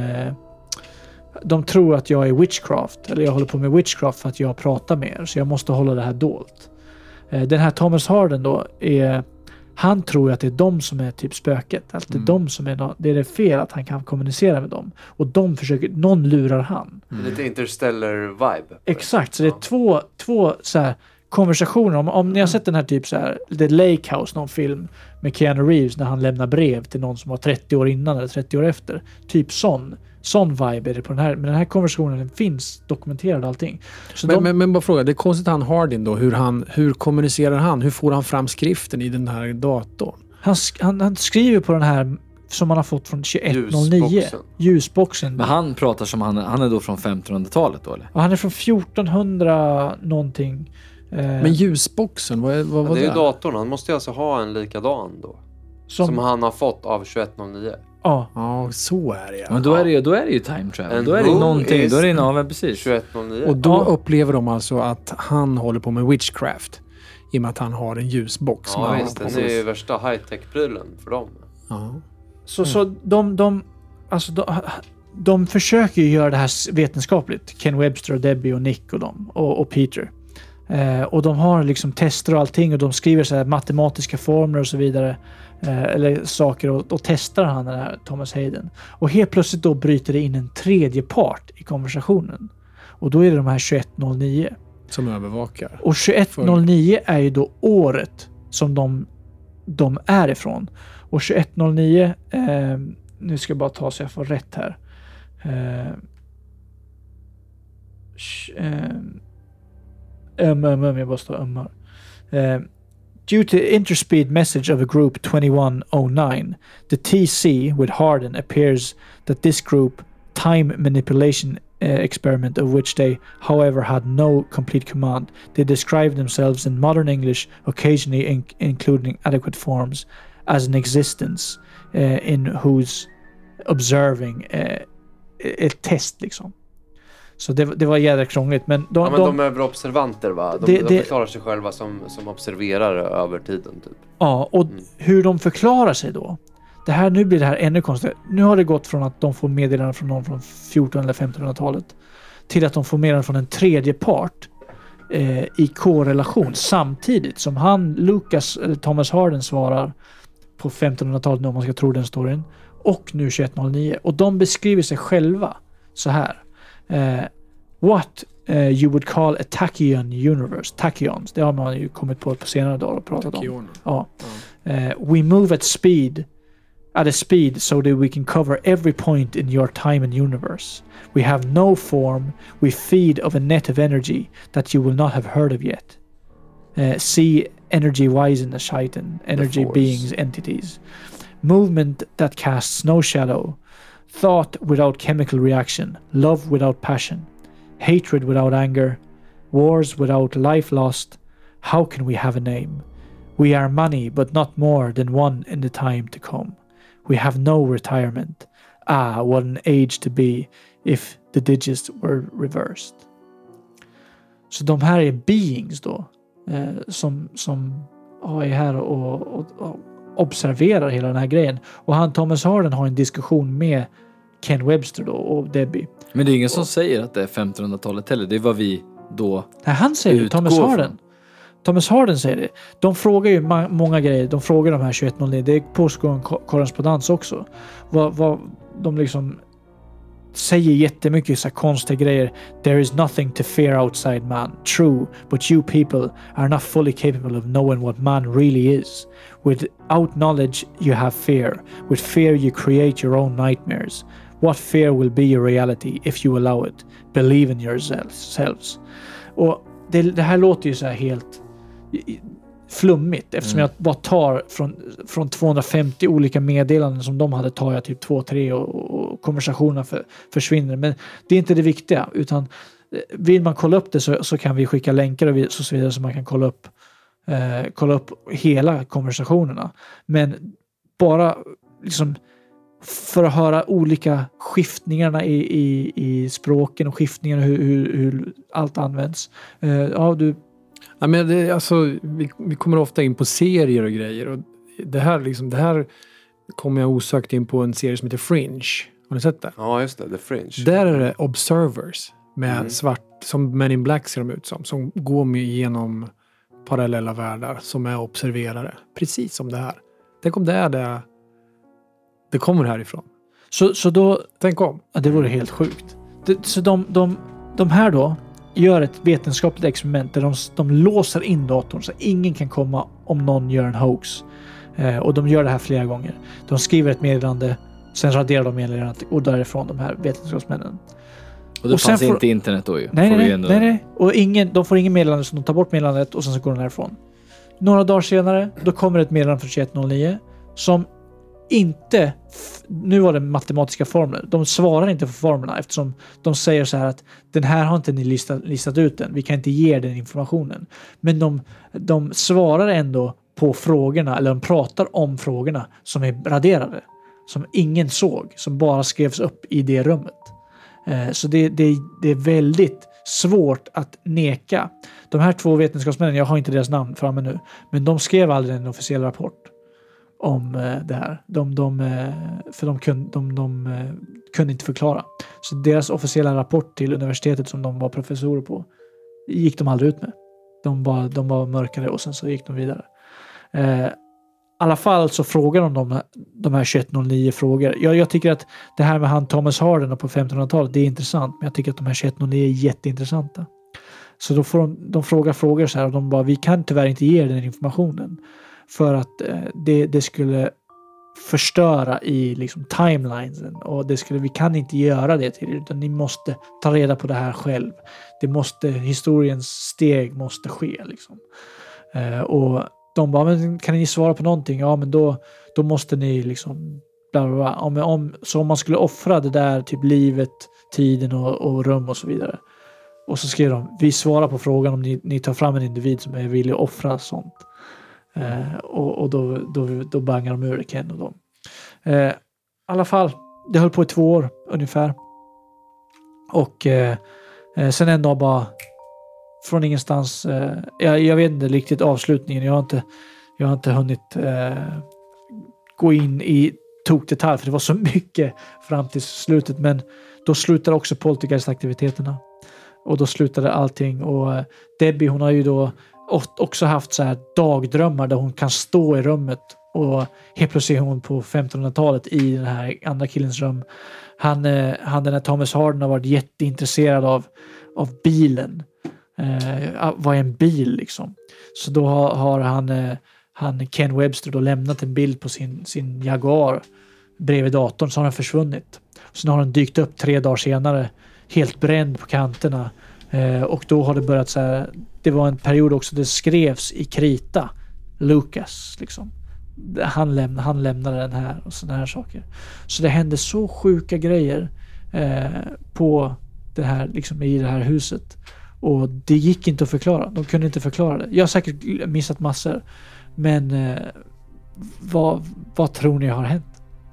D: de tror att jag är witchcraft, eller jag håller på med witchcraft för att jag pratar med er, så jag måste hålla det här dolt. Den här Thomas Harden då han tror att det är de som är typ spöket, att det är de som är det är det fel att han kan kommunicera med dem, och någon lurar han.
E: Lite interstellar vibe.
D: Exakt, så det är två så här konversationer. Om ni har sett den här typ så här The Lake House, någon film med Keanu Reeves när han lämnar brev till någon som var 30 år innan eller 30 år efter, typ sån vibe är det på den här. Men den här konversationen finns dokumenterad allting. Så
B: men bara fråga, det är konstigt han Hardin då, hur kommunicerar han? Hur får han fram skriften i den här datorn?
D: Han skriver på den här som han har fått från 2109. Ljusboxen.
C: Men han pratar som han är då från 1500-talet då, eller?
D: Ja, han är från 1400 någonting.
B: Men ljusboxen, vad var det?
E: Det är ju datorn, han måste ju alltså ha en likadan då. Som han har fått av 2109.
B: Ja, så är det.
C: Men då är det ju time travel. Då är det någonting, då är det en precis.
E: 2109.
B: Och då upplever de alltså att han håller på med witchcraft i och med att han har en ljusbox.
E: Ja, visst, den är ju värsta high-tech-prylen för dem.
B: Ja.
D: Så de försöker ju göra det här vetenskapligt. Ken Webster och Debbie och Nick och dem och Peter. Och de har liksom tester och allting, och de skriver så här matematiska formler och så vidare, eller saker, och testar han den här Thomas Hayden. Och helt plötsligt då bryter det in en tredje part i konversationen. Och då är det de här 2109
B: som övervakar.
D: Och 2109 är ju då året som de är ifrån. Och 2109 nu ska jag bara ta så jag får rätt här. Jag bara står ömmar. Due to interspeed message of a group 2109, the TC with Harden appears that this group time manipulation experiment of which they, however, had no complete command. They describe themselves in modern English, occasionally including adequate forms, as an existence in whose observing ett test liksom. Så det var jävla krångligt. Men
E: de är väl observanter, va? De förklarar sig själva som observerar över tiden typ.
D: Ja, och hur de förklarar sig då. Nu blir det här ännu konstigt. Nu har det gått från att de får meddelanden från någon från 1400- eller 1500-talet till att de får meddelanden från en tredje part i korrelation samtidigt som Lucas eller Thomas Harden svarar på 1500-talet om man ska tro den storyn, och nu 2109, och de beskriver sig själva så här: what you would call a tachyon universe. Tachyons, det har man ju kommit på senare dagar och pratat om. Ja. We move at a speed so that we can cover every point in your time and universe. We have no form. We feed of a net of energy that you will not have heard of yet. See energy wise in the shaitan, energy beings, entities. Movement that casts no shadow. Thought without chemical reaction. Love without passion. Hatred without anger. Wars without life lost. How can we have a name? We are money, but not more than one in the time to come. We have no retirement. Ah, what an age to be if the digits were reversed. Så de här är beings då, som är här och observerar hela den här grejen. Och Thomas Harden har en diskussion med Ken Webster då och Debbie.
C: Men det är ingen som säger att det är 1500-talet heller. Det är vad vi då...
D: Nej, han säger det, Thomas Harden. Thomas Harden säger det. De frågar ju många grejer. De frågar de här 2109. Det är påskående korrespondens också. Vad de liksom säger jättemycket så här konstiga grejer. There is nothing to fear outside man. True, but you people are not fully capable of knowing what man really is. Without knowledge you have fear. With fear you create your own nightmares. What fear will be your reality if you allow it? Believe in yourselves. Och det här låter ju så här helt flummigt, eftersom jag bara tar från 250 olika meddelanden som de hade, tar jag typ 2-3 och konversationerna försvinner. Men det är inte det viktiga, utan vill man kolla upp det så kan vi skicka länkar och så vidare så man kan kolla upp hela konversationerna. Men bara liksom för att höra olika skiftningarna i språken och skiftningarna hur allt används.
B: Ja, men vi kommer ofta in på serier och grejer, och det här kommer jag osökt in på en serie som heter Fringe. Har ni sett det?
E: Ja, just det, The Fringe.
B: Där är det observers med svart, som Men in Black ser de ut som går igenom parallella världar, som är observerare. Precis som det här. Tänk om det kommer härifrån.
D: Så då...
B: Tänk om.
D: Ja, det vore helt sjukt. Så de här då gör ett vetenskapligt experiment där de låser in datorn så ingen kan komma om någon gör en hoax. Och de gör det här flera gånger. De skriver ett meddelande, sen raderar de meddelandet och därifrån de här vetenskapsmännen.
C: Och det fanns inte internet då ju.
D: Nej. Och de får ingen meddelande, så de tar bort meddelandet och sen så går de därifrån. Några dagar senare, då kommer ett meddelande från 2109 som inte, nu var det matematiska formler. De svarar inte för formlerna eftersom de säger så här att den här har inte ni listat ut än. Vi kan inte ge den informationen. Men de svarar ändå på frågorna, eller de pratar om frågorna som är raderade. Som ingen såg, som bara skrevs upp i det rummet. Så det är väldigt svårt att neka. De här två vetenskapsmännen, jag har inte deras namn framme nu, men de skrev aldrig en officiell rapport om det här. För de kunde inte förklara. Så deras officiella rapport till universitetet som de var professorer på gick de aldrig ut med. De var mörkare och sen så gick de vidare. I alla fall så frågar de här 2109 frågor. Jag tycker att det här med Thomas Harden på 1500-talet, det är intressant, men jag tycker att de här 2109 är jätteintressanta. Så då får de frågar frågor så här, och de bara, vi kan tyvärr inte ge den informationen för att det skulle förstöra i liksom timelinesen, och vi kan inte göra det till er, utan ni måste ta reda på det här själv. Historiens steg måste ske liksom. Och de bara, men kan ni svara på någonting? Ja, men då måste ni liksom bla bla bla. Så om man skulle offra det där typ livet, tiden och rum och så vidare. Och så skrev de, vi svarar på frågan om ni tar fram en individ som är villig att offra sånt. Och då bangar de ur Ken och dem. I alla fall, det höll på i 2 år ungefär. Och sen en dag bara från ingenstans, jag vet inte riktigt avslutningen, jag har inte hunnit gå in i tokdetalj, för det var så mycket fram till slutet, men då slutar också poltergeist-aktiviteterna. Och då slutade allting. Och Debbie, hon har ju då också haft så här dagdrömmar där hon kan stå i rummet och helt plötsligt är hon på 1500-talet i den här andra killens rum. Han den här Thomas Harden har varit jätteintresserad av bilen. Vad är en bil liksom? Så då har han Ken Webster då lämnat en bild på sin Jaguar bredvid datorn, så har den försvunnit. Sen har den dykt upp 3 dagar senare helt bränd på kanterna. Och då har det börjat så här, det var en period också det skrevs i krita Lucas liksom. Han lämnade den här och sådana här saker. Så det hände så sjuka grejer på det här liksom, i det här huset. Och det gick inte att förklara. De kunde inte förklara det. Jag har säkert missat massor. Men vad tror ni har hänt?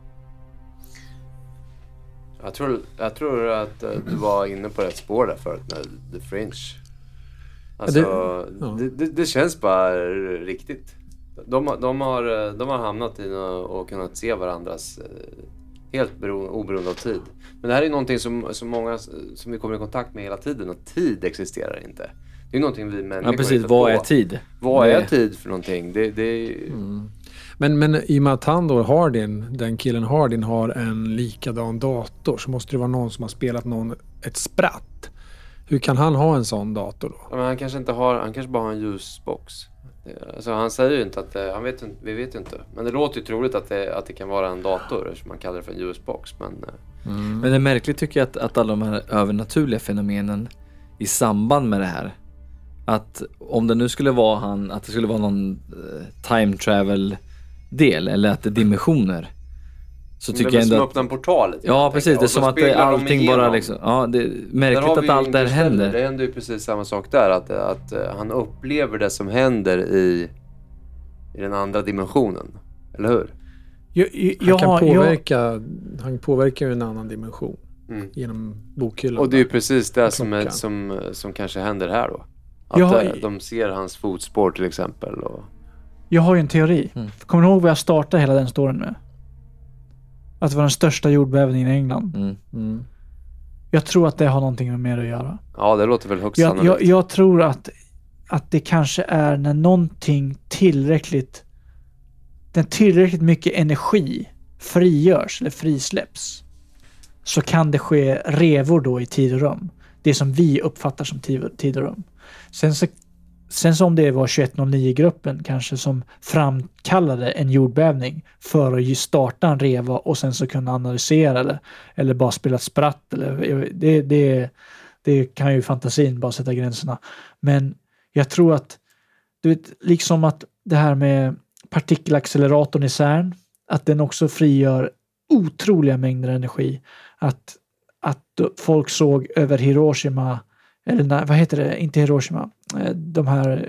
E: Jag tror att du var inne på rätt spår där förut med The Fringe. Alltså, det känns bara riktigt. De har hamnat i och kunnat se varandras helt oberoende av tid. Men det här är någonting som många som vi kommer i kontakt med hela tiden, och tid existerar inte. Det är någonting vi människor...
C: Ja, precis. Vad är tid?
E: Vad är tid för någonting?
B: Men i och med att han då, den killen Hardin har en likadan dator, så måste det vara någon som har spelat ett spratt. Hur kan han ha en sån dator då?
E: Ja, men han kanske bara har en ljusbox. Alltså, han säger ju inte att vi vet ju inte. Men det låter ju troligt att det kan vara en dator, som man kallar det för en ljusbox. Men
C: det är märkligt tycker jag att alla de här övernaturliga fenomenen i samband med det här, att om det nu skulle vara att det skulle vara någon time travel del, eller att det är dimensioner, så tycker jag ändå
E: som öppnar en portal.
C: Ja, precis. Det är som att allting bara liksom... Ja, det är märkligt att allt där händer.
E: Det händer ju precis samma sak där. Att han upplever det som händer i den andra dimensionen. Eller hur?
B: Han påverkar ju en annan dimension genom bokhyllan.
E: Och det är ju precis det som kanske händer här då. Att de ser hans fotspår till exempel.
D: Jag har ju en teori. Kommer ni ihåg vad jag startade hela den storyn med? Att det var den största jordbävningen i England. Jag tror att det har någonting med att göra.
E: Ja, det låter väl högst sannolikt.
D: Jag tror att det kanske är när någonting tillräckligt mycket energi frigörs eller frisläpps, så kan det ske revor då i tid och rum. Det som vi uppfattar som tid och rum. Sen så om det var 2109-gruppen kanske som framkallade en jordbävning för att starta en reva och sen så kunna analysera eller bara spela spratt. Det kan ju fantasin bara sätta gränserna. Men jag tror att liksom att det här med partikelacceleratorn i CERN, att den också frigör otroliga mängder energi. Att folk såg över Hiroshima, eller vad heter det? Inte Hiroshima. De här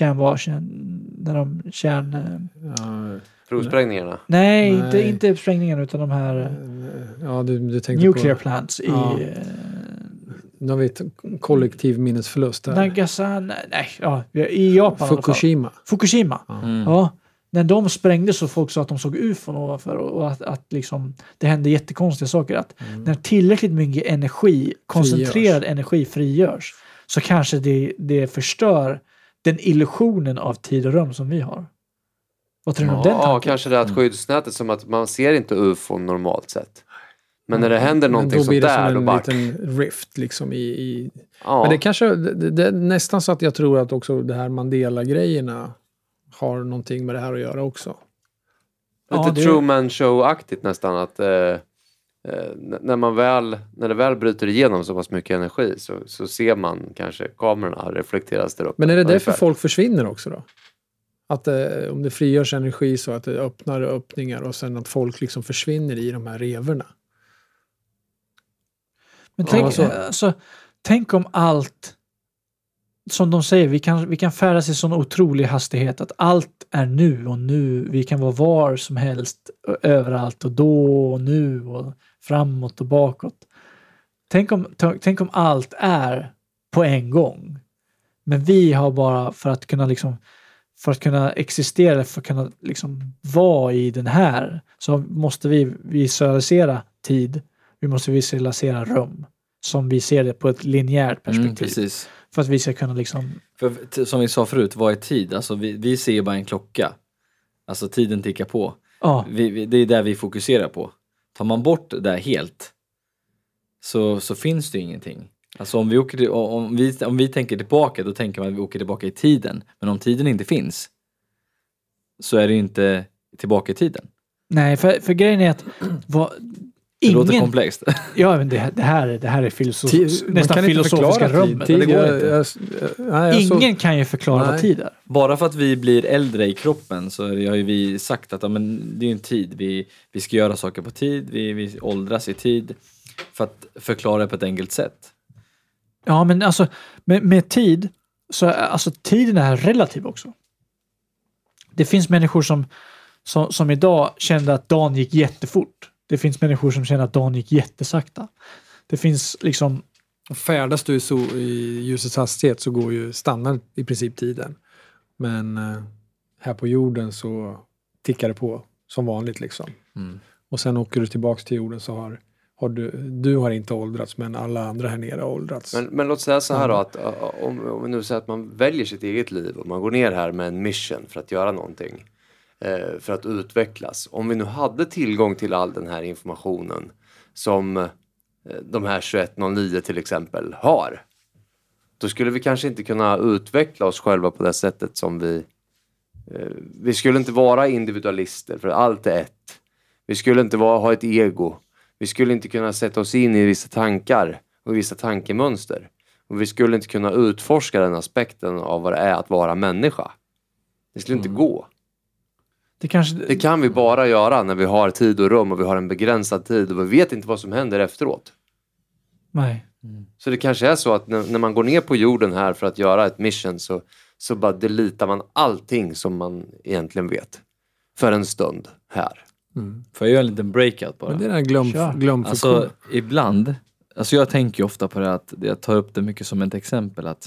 E: provsprängningarna.
D: Nej. Inte sprängningarna, utan de här
B: du tänkte
D: nuclear
B: på,
D: plants i
B: jag vet, kollektiv minnesförlust där.
D: Nagasaki, i Japan. Fukushima. Ja. När de sprängdes så folk sa att de såg UFOn ovanför, och att liksom, det hände jättekonstiga saker. Att när tillräckligt mycket energi, koncentrerad energi frigörs, så kanske det förstör den illusionen av tid och rum som vi har. Vad tror du om den tanken?
E: Ja, kanske det att skyddsnätet, som att man ser inte UFOn normalt sett. Men när det händer någonting sånt där,
B: då blir det som en liten rift liksom i... Ja. Men det kanske, det är nästan så att jag tror att också det här Mandela-grejerna har någonting med det här att göra också.
E: Lite Truman Show-aktigt nästan, att när det väl bryter igenom så pass mycket energi, så ser man kanske kamerorna reflekteras där uppe.
B: Men är det därför folk försvinner också då? Att om det frigörs energi så att det öppnar öppningar, och sen att folk liksom försvinner i de här revorna.
D: Men tänk om allt, som de säger, vi kan färdas i sån otrolig hastighet att allt är nu och nu. Vi kan vara var som helst, överallt, och då och nu och framåt och bakåt. Tänk om allt är på en gång. Men vi har bara, för att kunna existera, för att kunna liksom vara i den här, så måste vi visualisera tid. Vi måste visualisera rum. som vi ser det på ett linjärt perspektiv.
C: Precis.
D: För att vi ska kunna liksom...
C: För som vi sa förut, vad är tid? Alltså vi ser bara en klocka. Alltså tiden tickar på.
D: Ja.
C: Det är där vi fokuserar på. Tar man bort det där helt så finns det ingenting. Alltså om vi tänker tillbaka, då tänker man att vi åker tillbaka i tiden. Men om tiden inte finns så är det inte tillbaka i tiden.
D: Nej, för grejen är att
C: det låter komplext.
D: Ja, men det här är nästan filosofiska rummet. Ingen kan ju förklara vad tid är.
C: Bara för att vi blir äldre i kroppen så har ju vi sagt att det är en tid. Vi ska göra saker på tid. Vi åldras i tid. För att förklara det på ett enkelt sätt.
D: Ja, men alltså med tid så alltså tiden är relativ också. Det finns människor som idag kände att dagen gick jättefort. Det finns människor som känner att dagen gick jättesakta. Det finns liksom...
B: Färdas du i ljusets hastighet så går ju standard i princip tiden. Men här på jorden så tickar det på som vanligt liksom. Och sen åker du tillbaks till jorden så har du har inte åldrats, men alla andra här nere har åldrats.
E: Men låt säga så här då, att om vi nu säger att man väljer sitt eget liv och man går ner här med en mission för att göra någonting. För att utvecklas. Om vi nu hade tillgång till all den här informationen som de här 2109 till exempel har, då skulle vi kanske inte kunna utveckla oss själva på det sättet som vi skulle inte vara individualister för allt är ett. Vi skulle inte ha ett ego. Vi skulle inte kunna sätta oss in i vissa tankar och vissa tankemönster. Och vi skulle inte kunna utforska den aspekten av vad det är att vara människa. Det skulle inte gå. Det kan vi bara göra när vi har tid och rum och vi har en begränsad tid och vi vet inte vad som händer efteråt.
D: Nej.
E: Så det kanske är så att när man går ner på jorden här för att göra ett mission så bara deletar man allting som man egentligen vet för en stund här.
C: Får jag göra en liten breakout bara?
B: Men det är glömfunktion.
C: Alltså ibland, alltså jag tänker ju ofta på det att jag tar upp det mycket som ett exempel att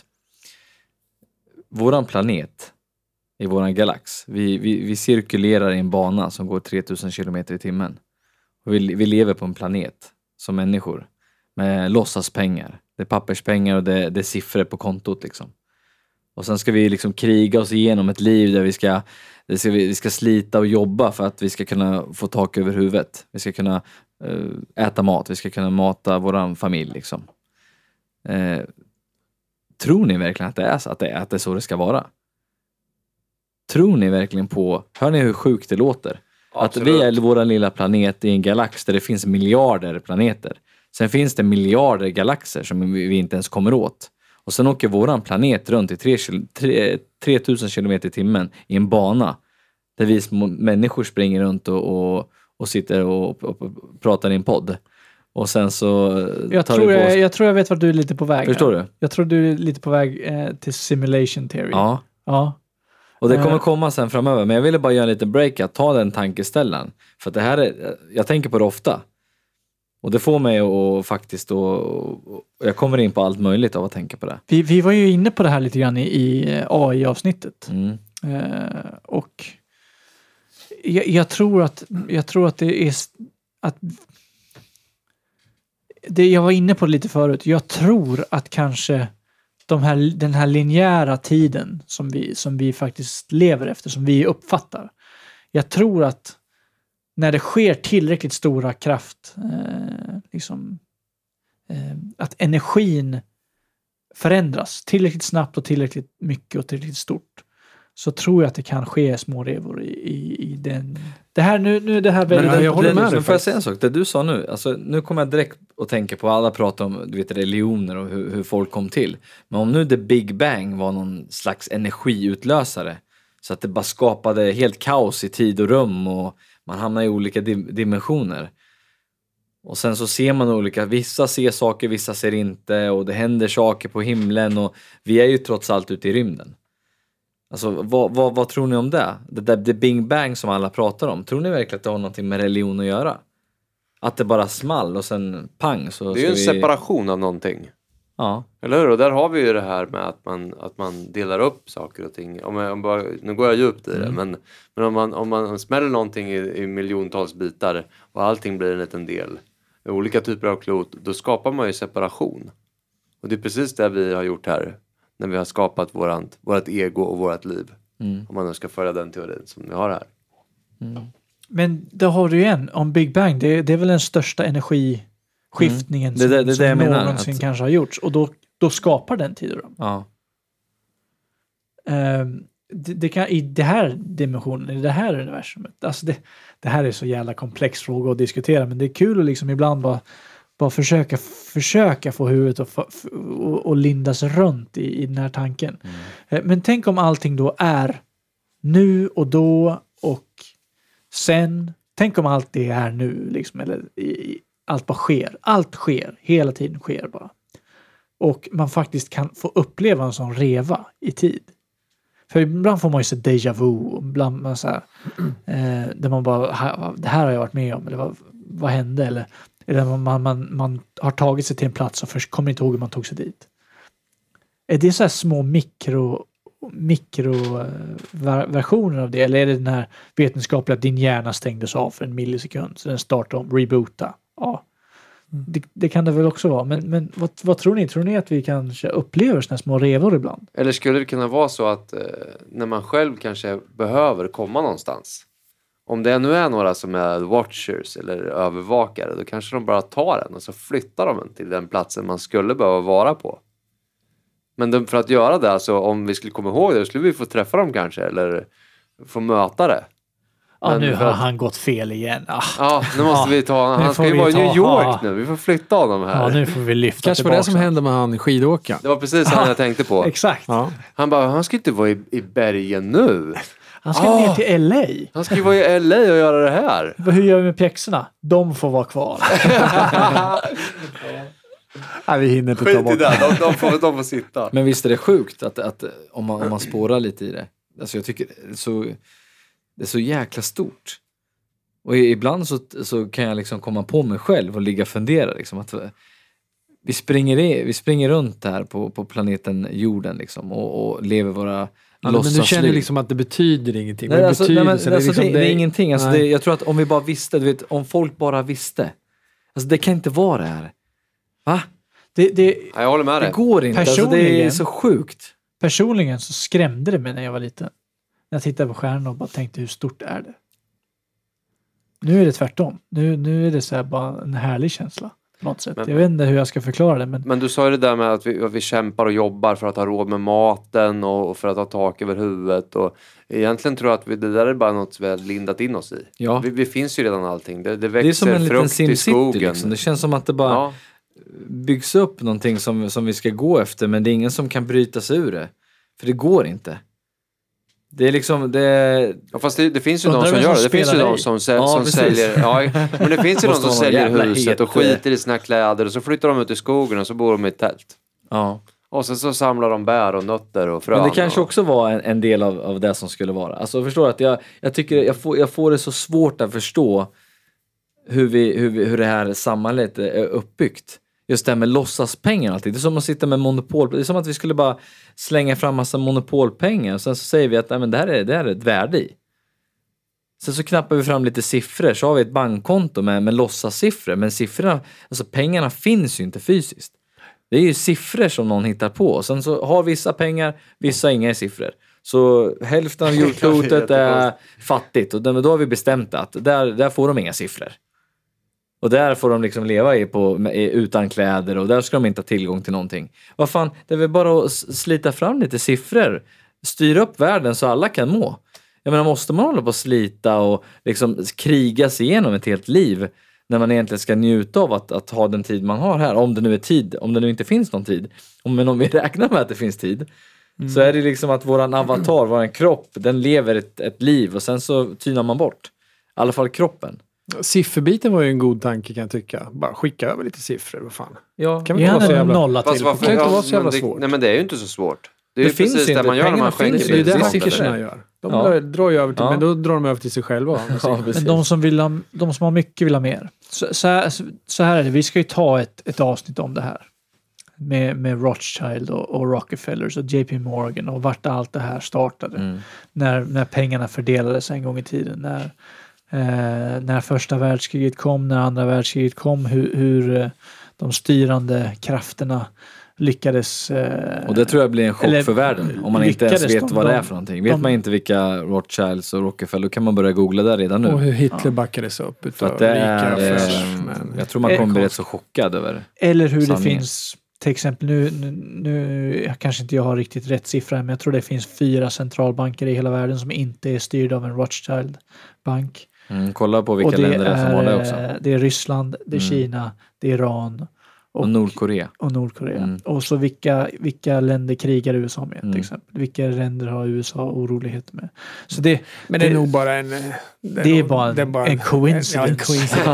C: våran planet i våran galax. Vi cirkulerar i en bana som går 3000 kilometer i timmen. Och vi lever på en planet som människor med låtsaspengar. Det är papperspengar och det är siffror på kontot liksom. Och sen ska vi liksom kriga oss igenom ett liv där vi ska slita och jobba för att vi ska kunna få tak över huvudet. Vi ska kunna äta mat. Vi ska kunna mata våran familj liksom. Tror ni verkligen att det är så att det är så det ska vara? Tror ni verkligen på... Hör ni hur sjukt det låter? Absolut. Att vi är vår lilla planet i en galax där det finns miljarder planeter. Sen finns det miljarder galaxer som vi inte ens kommer åt. Och sen åker våran planet runt i 3000 kilometer i timmen i en bana. Där vi små människor springer runt och sitter och pratar i en podd. Och sen så...
D: Jag tror jag vet vart du är lite på väg.
C: Förstår du?
D: Jag tror du är lite på väg till simulation theory. Ja.
C: Och det kommer komma sen framöver. Men jag ville bara göra en liten break att ta den tankeställan. För att det här är... Jag tänker på det ofta. Och det får mig att faktiskt... Och jag kommer in på allt möjligt av att tänka på det.
D: Vi var ju inne på det här lite grann i AI-avsnittet. Och jag tror att det är... att det jag var inne på lite förut. Jag tror att kanske... den här linjära tiden som vi faktiskt lever efter, som vi uppfattar. Jag tror att när det sker tillräckligt stora kraft, att energin förändras tillräckligt snabbt och tillräckligt mycket och tillräckligt stort, så tror jag att det kan ske små revor i den... Det här nu det här väldigt...
B: Jag håller med dig.
C: Får jag säga en sak? Det du sa nu, alltså nu kommer jag direkt att tänka på alla pratar om religioner och hur folk kom till. Men om nu the Big Bang var någon slags energiutlösare så att det bara skapade helt kaos i tid och rum och man hamnar i olika dimensioner. Och sen så ser man olika, vissa ser saker, vissa ser inte och det händer saker på himlen och vi är ju trots allt ute i rymden. Alltså, vad tror ni om det? Det där the Big Bang som alla pratar om. Tror ni verkligen att det har någonting med religion att göra? Att det bara small och sen pang så...
E: Det är ju en separation av någonting.
C: Ja.
E: Eller hur? Och där har vi ju det här med att man delar upp saker och ting. Nu går jag djupt i det. Men om man smäller någonting i miljontals bitar och allting blir en liten del. olika typer av klot, då skapar man ju separation. Och det är precis det vi har gjort här när vi har skapat vårat ego och vårt liv. Om man nu ska följa den teorin som vi har här.
D: Men då har du ju en om Big Bang. Det är väl den största energiskiftningen som någonsin kanske har gjorts. Och då skapar den tidrum.
C: Ja.
D: Det kan, i det här dimensionen, i det här universumet. Alltså det här är så jävla komplex fråga att diskutera. Men det är kul att liksom ibland bara försöka få huvudet och lindas runt i den här tanken. Men tänk om allting då är nu och då och sen. Tänk om allt det är nu liksom, eller allt bara sker. Allt sker, hela tiden sker bara. Och man faktiskt kan få uppleva en sån reva i tid. För ibland får man ju se déjà vu. Ibland man så här, där man bara, det här har jag varit med om. Eller vad hände? Eller man har tagit sig till en plats och först kommer inte ihåg hur man tog sig dit. Är det så här små mikroversioner av det? Eller är det den här vetenskapliga att din hjärna stängdes av för en millisekund så den startar om, reboota? Ja. Det kan det väl också vara. Men vad tror ni? Tror ni att vi kanske upplever såna små revor ibland?
E: Eller skulle det kunna vara så att när man själv kanske behöver komma någonstans, om det nu är några som är watchers eller övervakare, då kanske de bara tar den och så flyttar de den till den platsen man skulle behöva vara på. Men för att göra det, alltså, om vi skulle komma ihåg det, då skulle vi få träffa dem kanske, eller få möta det.
D: Ja, nu har han gått fel igen.
E: Ja, nu måste vi ta... Han ska ju vara i New York nu. Vi får flytta honom här.
D: Ja, nu får vi lyfta
B: kanske
D: tillbaka.
B: Kanske var det som hände med han skidåkaren.
E: Det var precis han jag tänkte på.
D: Exakt.
B: Ja.
E: Han bara, han ska inte vara i bergen nu.
D: Han ska ner till LA.
E: Han ska ju vara i LA och göra det här.
D: Hur gör vi med pjäxorna? De får vara kvar.
B: Nej, vi hinner inte
E: ta
B: bort
E: det. De får sitta.
C: Men visst är det sjukt att om man spårar lite i det. Alltså jag tycker det är så jäkla stort. Och ibland så kan jag liksom komma på mig själv och ligga och fundera liksom, att vi springer runt här på planeten jorden liksom, och lever våra låtsasliv.
B: Men du känner liksom att det betyder ingenting.
C: Nej,
B: alltså, det
C: är ingenting. Alltså jag tror att om vi bara visste, du vet, om folk bara visste. Alltså det kan inte vara det här. Va?
E: Jag håller med dig.
C: Det går inte. Alltså, det är så sjukt.
D: Personligen så skrämde det mig när jag var liten. När jag tittade på stjärnan och bara tänkte, hur stort är det? Nu är det tvärtom. Nu är det så här bara en härlig känsla på något sätt. Jag vet inte hur jag ska förklara det. Men
E: du sa ju det där med att vi kämpar och jobbar för att ha råd med maten och för att ha tak över huvudet. Och egentligen tror jag att det där är bara något vi har lindat in oss i. Ja. Vi finns ju redan allting. Det växer,
C: det är som en liten
E: SimCity
C: liksom. Det känns som att det bara byggs upp någonting som vi ska gå efter. Men det är ingen som kan bryta sig ur det. För det går inte. Det är liksom
E: Ja, fast det finns ju de som gör det. Det finns ju de som säljer. Ja, men det finns ju de som säljer huset och skiter i sina kläder och så flyttar de ut i skogen och så bor de i ett tält.
C: Ja.
E: Och sen så samlar de bär och nötter och frön.
C: Men det kanske också var en del av det som skulle vara. Alltså förstår att jag tycker jag får det så svårt att förstå hur det här samhället är uppbyggt. Just det här med låtsaspengar alltid. Det är som att sitta med monopol. Det är som att vi skulle bara slänga fram massa monopolpengar. Och sen så säger vi att nej, men det här är ett värde i. Sen så knappar vi fram lite siffror. Så har vi ett bankkonto med låtsassiffror. Men siffrorna, alltså pengarna finns ju inte fysiskt. Det är ju siffror som någon hittar på. Och sen så har vissa pengar, vissa inga siffror. Så hälften av jordklotet är fattigt. Och då har vi bestämt att där får de inga siffror. Och där får de liksom leva utan kläder och där ska de inte ha tillgång till någonting. Vad fan, det är väl bara att slita fram lite siffror. Styra upp världen så alla kan må. Jag menar, måste man hålla på att slita och liksom kriga sig igenom ett helt liv när man egentligen ska njuta av att ha den tid man har här? Om det nu är tid, om det nu inte finns någon tid. Men om vi räknar med att det finns tid så är det liksom att våran avatar, våran kropp, den lever ett liv och sen så tynar man bort. I alla fall kroppen.
B: Sifferbiten var ju en god tanke kan jag tycka. Bara skicka över lite siffror, vad fan.
C: Ja,
B: kan vi inte vara så jävla
D: nolla till.
B: Kan inte vara så jävla svårt.
E: Nej, men det är ju inte så svårt. Det är
C: det
E: ju precis det man gör när man skänker.
B: Det är det bankerna gör. De drar ju över till, men då drar de över till sig själva.
C: Ja,
D: men de som har mycket vill ha mer. Så här är det. Vi ska ju ta ett avsnitt om det här. Med Rothschild och Rockefellers och JP Morgan och vart allt det här startade. När pengarna fördelades en gång i tiden. när första världskriget kom, när andra världskriget kom, hur de styrande krafterna lyckades...
C: och det tror jag blir en chock för världen. Om man inte ens vet vad det är för någonting. Vet man inte vilka Rothschilds och Rockefeller, då kan man börja googla där redan nu.
B: Och hur Hitler backades upp utav
C: att det
B: rika
C: jag tror man kommer bli rätt så chockad över.
D: Eller hur det finns, till exempel nu kanske inte jag har riktigt rätt siffra, men jag tror det finns 4 centralbanker i hela världen som inte är styrda av en Rothschild-bank.
C: Kolla på vilka länder det är som har det också.
D: Det är Ryssland, det är Kina, det är Iran
C: och Nordkorea.
D: Och så vilka länder krigar USA med till exempel. Vilka länder har USA oroligheter med. Så det
B: är nog bara en...
D: Det är bara en coincidence.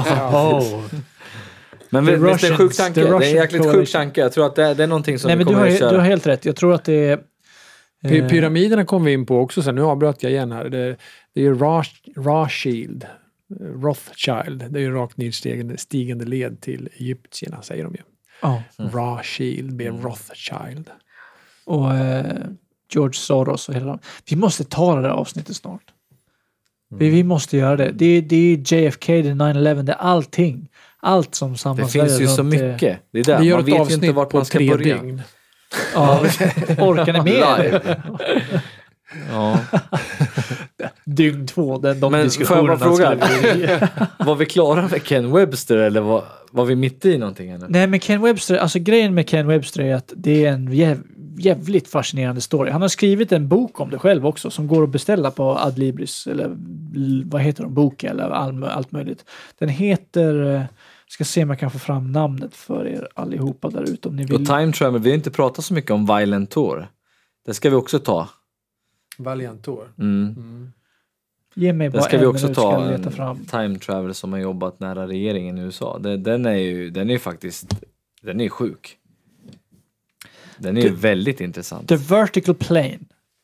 C: Men visst är det en sjuk tanke? Det är en jäkligt sjuk tanke. Jag tror att det är någonting som vi kommer att köra.
D: Du har helt rätt. Jag tror att det är...
B: Pyramiderna kom vi in på också sen. Nu avbröt jag igen här. Det är ju Rothschild. Det är ju rakt nedstigande led till egyptierna, säger de ju. Rothschild blev Rothschild.
D: Och George Soros och hela dem. Vi måste ta det där avsnittet snart. Vi måste göra det. Det är JFK, det är 9/11, det är allting. Allt som samlas.
C: Det finns ju så mycket. Det är där.
B: Vi gör
C: man
B: ett
C: vet ju inte vart man ska börja.
B: Dygn.
D: Ja, orkar ni med?
C: Ja.
D: Dygn 2, de
C: men
D: diskussionerna.
C: Får jag bara fråga, var vi klara med Ken Webster eller var vi mitt i någonting? Eller?
D: Nej, men Ken Webster, alltså grejen med Ken Webster är att det är en jävligt fascinerande story. Han har skrivit en bok om det själv också som går att beställa på Adlibris eller vad heter de, bok eller allt möjligt. Den heter, ska se om jag kan få fram namnet för er allihopa där ute om ni vill.
C: Och Time Travel, vi har inte pratat så mycket om Violent Tour. Det ska vi också ta.
B: Valiant Tour.
D: Ge mig bara
C: ska vi också
D: minut,
C: ta
D: ska leta fram.
C: Time Travel som har jobbat nära regeringen i USA. Den är faktiskt, den är sjuk. Den är väldigt intressant.
D: The Vertical Plane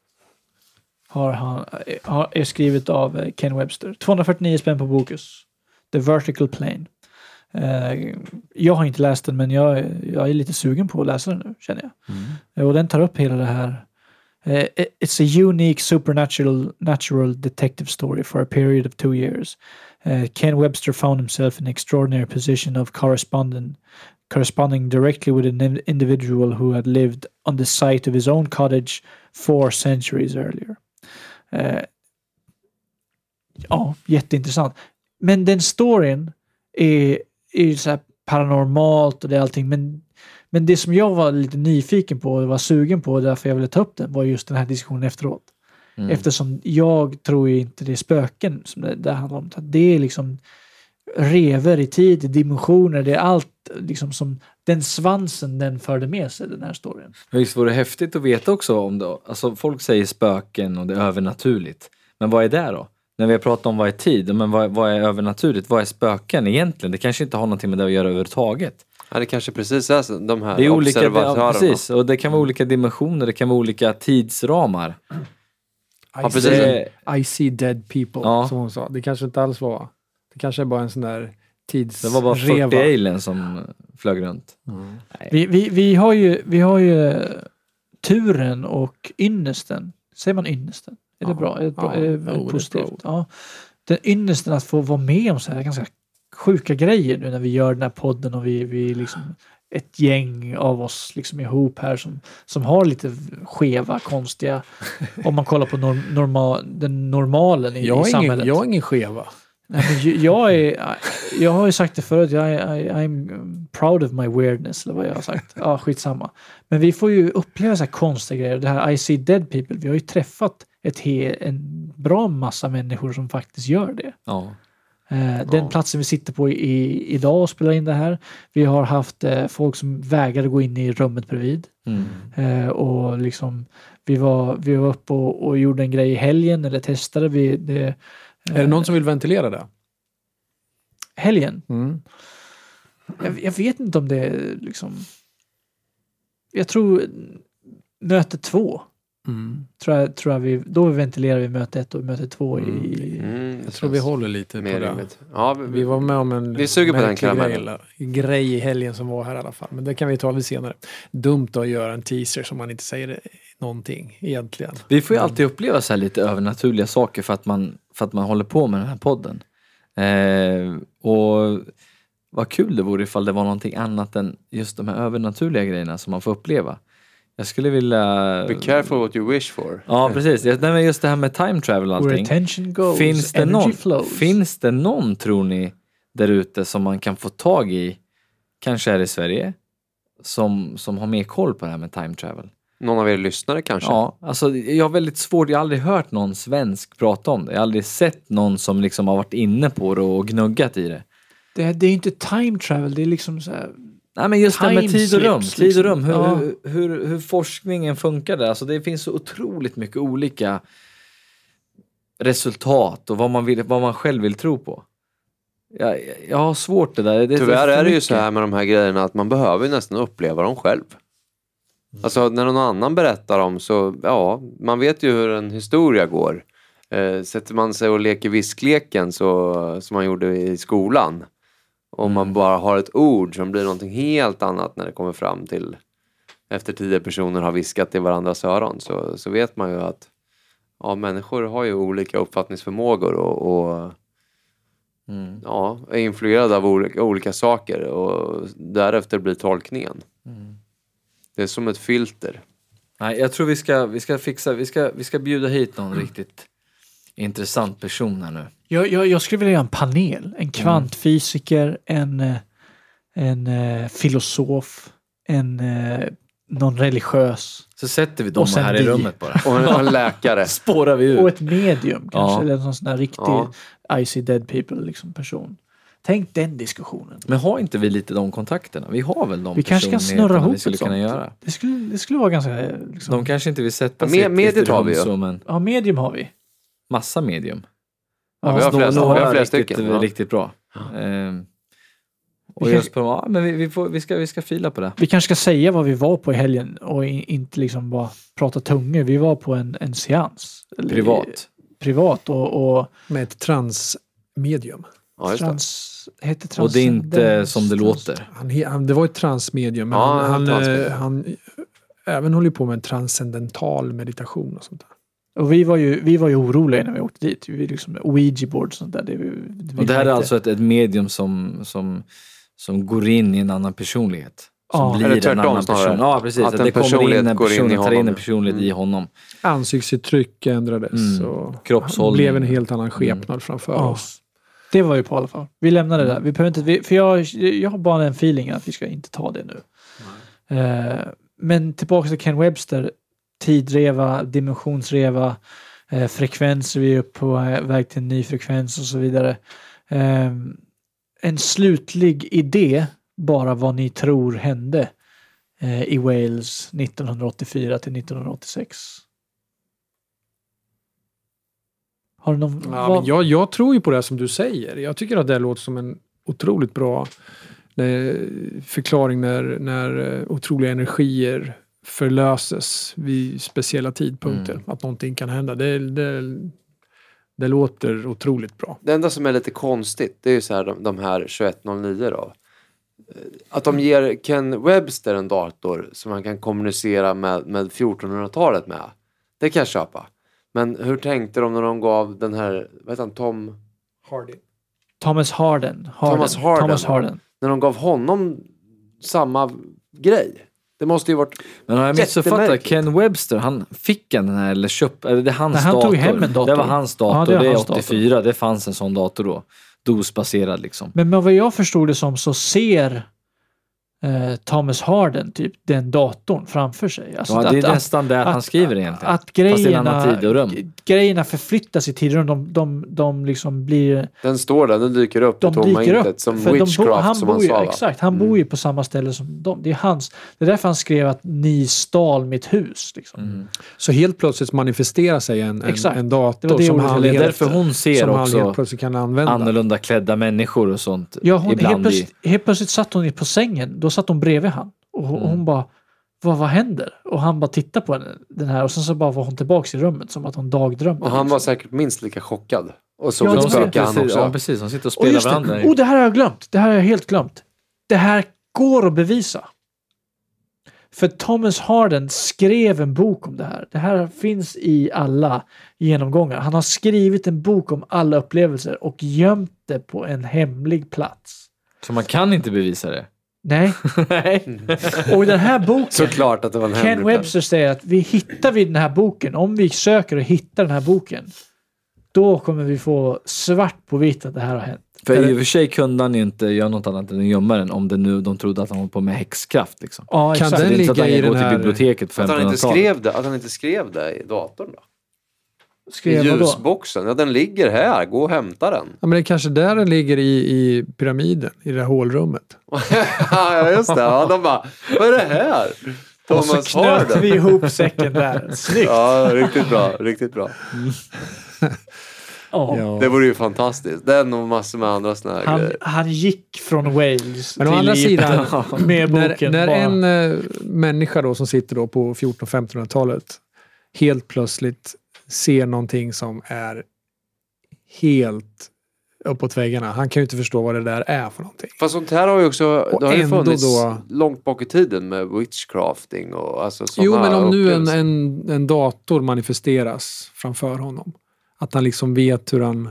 D: är skrivet av Ken Webster. 249 spänn på Bokus. The Vertical Plane. Jag har inte läst den, men jag är lite sugen på att läsa den nu, känner jag. Och den tar upp hela det här. It's a unique supernatural detective story for a period of 2 years. Ken Webster found himself in an extraordinary position of corresponding directly with an individual who had lived on the site of his own cottage 4 centuries earlier. Ja, jätteintressant. Men den storyn är så här paranormalt och det är allting, men det som jag var lite nyfiken på och var sugen på, därför jag ville ta upp den, var just den här diskussionen efteråt. Eftersom jag tror ju inte det är spöken som det handlar om. Det är liksom rever i tid, dimensioner, det är allt liksom som den svansen den förde med sig, den här storyn.
C: Visst vore det häftigt att veta också om det. Alltså folk säger spöken och det är övernaturligt. Men vad är det då? När vi har pratat om vad är tid, men vad är övernaturligt? Vad är spöken egentligen? Det kanske inte har någonting med det att göra överhuvudtaget.
E: Ja, det kanske precis är de här
C: det är olika,
E: observatörerna.
C: Precis, och det kan vara olika dimensioner, det kan vara olika tidsramar.
B: I see dead people, som hon sa. Det kanske inte alls var. Det kanske är bara en sån där
C: det var bara 40 alien som flög runt.
D: Vi har ju turen och ynnesten. Säger man ynnesten? Är det bra? Är det positivt? Ja. Den ynnesten att få vara med om så här ganska sjuka grejer nu när vi gör den här podden och vi liksom ett gäng av oss liksom ihop här som har lite skeva, konstiga, om man kollar på den normalen i samhället.
B: Jag är ingen skeva.
D: Nej, men jag har ju sagt det förut, I'm proud of my weirdness, eller vad jag har sagt. Ja, skitsamma. Men vi får ju uppleva så här konstiga grejer. Det här I see dead people, vi har ju träffat en bra massa människor som faktiskt gör det.
C: Ja.
D: Den platsen vi sitter på idag och spelar in det här. Vi har haft folk som vägrade gå in i rummet bredvid. Och liksom vi var uppe och gjorde en grej i helgen, eller testade. Är
B: det någon som vill ventilera det?
D: Helgen? Jag vet inte om det är liksom... Jag tror möte 2. Tror jag då ventilerar vi möte 1 och möte 2
B: jag tror vi håller lite på det.
E: Ja,
B: vi var med om en
E: vi suger på den
B: grej i helgen som var här i alla fall. Men det kan vi ta vid senare. Dumt att göra en teaser som man inte säger någonting egentligen.
C: Vi får ju alltid uppleva så här lite övernaturliga saker för att man håller på med den här podden. Och vad kul det vore ifall det var någonting annat än just de här övernaturliga grejerna som man får uppleva. Jag skulle vilja...
E: Be careful what you wish for.
C: Ja, precis. Nej, men just det här med time travel och allting.
D: Where attention goes,
C: Finns det någon, tror ni, där ute som man kan få tag i, kanske här i Sverige, som har mer koll på det här med time travel?
E: Någon av er lyssnare kanske?
C: Ja, alltså jag har väldigt svårt, jag har aldrig hört någon svensk prata om det. Jag har aldrig sett någon som liksom har varit inne på det och gnuggat i det.
D: Det är inte time travel, det är liksom så här...
C: Nej, men just det med tid och rum.
D: Liksom.
C: Tid och rum, hur forskningen funkar där. Alltså det finns så otroligt mycket olika resultat och vad man själv vill tro på. Jag har svårt det där.
E: Tyvärr är det ju så här med de här grejerna att man behöver nästan uppleva dem själv. Alltså när någon annan berättar om så, ja, man vet ju hur en historia går. Sätter man sig och leker viskleken som man gjorde i skolan. Om man bara har ett ord som blir någonting helt annat när det kommer fram till efter 10 personer har viskat i varandras öron, så vet man ju att människor har ju olika uppfattningsförmågor och är influerade av olika saker och därefter blir tolkningen. Det är som ett filter.
C: Nej, jag tror vi ska bjuda hit någon riktigt intressant person här nu.
D: Jag skulle vilja göra en panel. En kvantfysiker, en filosof, någon religiös.
C: Så sätter vi dem här i rummet bara.
E: Och en läkare.
C: Spårar vi ut.
D: Och ett medium kanske. Eller någon sån där riktig I see dead people liksom person. Tänk den diskussionen.
C: Men har inte vi lite de kontakterna? Vi har väl de
D: vi kanske kan snurra ihop
C: vi skulle kunna göra.
D: Det skulle vara ganska... Liksom...
C: De kanske inte vill sätta sig
E: mediet har vi ju.
C: Men...
D: Ja, medium har vi.
C: Massa medium.
E: Ja, vi har flera stycken.
C: Riktigt bra. Och just på, men vi ska fila på det.
D: Vi kanske ska säga vad vi var på i helgen och inte liksom bara prata tungor. Vi var på en seans. Privat och
B: med ett transmedium.
E: Ja, just
D: det.
C: Och det är inte som det låter.
B: Det var ett transmedium. Men han även håller på med en transcendental meditation och sånt där.
D: Och vi var ju oroliga när vi åkte dit. Vi liksom Ouija-board och sånt där.
C: Och det här är alltså ett medium som går in i en annan personlighet. Som blir en annan person. Ja, precis. Att det kommer in en person och tar in en personlighet i honom.
B: Ansiktsuttryck ändrades. Och
C: kroppshållning.
B: Blev en helt annan skepnad framför oss.
D: Det var ju på alla fall. Vi lämnade det där. Vi behöver inte, för jag har bara en feeling att vi ska inte ta det nu. Men tillbaka till Ken Webster. Tidreva, dimensionsreva, frekvenser, vi är upp på väg till en ny frekvens och så vidare. En slutlig idé, bara vad ni tror hände i Wales 1984 till 1986. Har du någon...
B: Jag tror ju på det som du säger. Jag tycker att det låter som en otroligt bra förklaring när otroliga energier förlöses vid speciella tidpunkter. Att någonting kan hända. Det låter otroligt bra.
E: Det enda som är lite konstigt, det är ju så här de här 2109 då. Att de ger Ken Webster en dator som man kan kommunicera med 1400-talet med. Det kan jag köpa. Men hur tänkte de när de gav den här, vad heter han,
D: Thomas Harden.
E: När de gav honom samma grej. Det måste ju varit.
C: Men har jag missuppfattat, Ken Webster, han fick den här eller köpte, eller det är hans dator.
D: Han tog hem en dator.
C: Det var hans dator,
D: ja,
C: det är 84, dator. Det fanns en sån dator då. DOS-baserad liksom.
D: Men vad jag förstod det som så ser Thomas Harden typ den datorn framför sig. Alltså
C: det är nästan det han skriver egentligen.
D: Att grejerna förflyttas i tid och rum. De liksom blir...
E: Den står där, den dyker upp i tomma intet som witchcraft som han sa.
D: Exakt, han bor ju på samma ställe som de. Det är hans. Det är därför han skrev att ni stal mitt hus. Liksom.
B: Så helt plötsligt manifesterar sig en dator
C: det
B: som han
C: därför hon ser också
B: helt plötsligt kan använda.
C: Annorlunda klädda människor och sånt.
D: Ja, helt plötsligt satt hon på sängen. Då satt hon bredvid han. Och hon bara, vad händer? Och han bara tittar på den här och sen så bara var hon tillbaka i rummet som att hon dagdrömde.
E: Och han var säkert minst lika chockad. Och så han också.
C: Ja, precis. Han sitter och spelar varandra.
D: Det här har jag glömt. Det här har jag helt glömt. Det här går att bevisa. För Thomas Harden skrev en bok om det här. Det här finns i alla genomgångar. Han har skrivit en bok om alla upplevelser och gömt det på en hemlig plats.
C: Så man kan inte bevisa det?
D: Nej.
C: Nej.
D: Och i den här boken,
E: Såklart att det var en
D: Ken
E: hemlig
D: Webster säger att vi hittar vid den här boken, om vi söker och hittar den här boken, då kommer vi få svart på vitt att det här har hänt.
C: För i och för sig kunde han ju inte göra något annat än att gömma den om det nu de trodde att han var på med häxkraft. Liksom.
D: Ja,
B: Kan
D: exakt.
B: den
C: Det är inte så att
B: ligga
C: han
B: i
C: går
B: den
C: till
B: här...
C: biblioteket på
E: Att han inte
C: 1500-talet.
E: skrev det, att han inte skrev det i datorn då? I
D: Skrev vadå?
E: ljusboxen. Ja, den ligger här. Gå och hämta den.
B: Ja, men det är kanske där den ligger i pyramiden, i det här hålrummet.
E: Ja, just det. Ja, de bara, vad är det här?
D: Och så
E: Thomas
D: knöt
E: Harden.
D: vi ihop säcken där. Snyggt.
E: Ja, riktigt bra. Riktigt bra.
D: Ja.
E: Det vore ju fantastiskt. Den och massor med andra såna här grejer.
D: Han gick från Wales
B: Men å
D: till
B: andra sidan,
D: Egypten med boken.
B: när
D: bara.
B: en människa då som sitter då på 1400-1500-talet helt plötsligt ser någonting som är helt uppåt väggarna. Han kan ju inte förstå vad det där är för någonting.
E: Fast sånt här har ju också,
B: Och
E: det har ju
B: ändå
E: funnits
B: då-
E: långt bak i tiden med witchcrafting och alltså såna
B: Jo, men om nu
E: upplevelser.
B: en dator manifesteras framför honom. Att han liksom vet hur han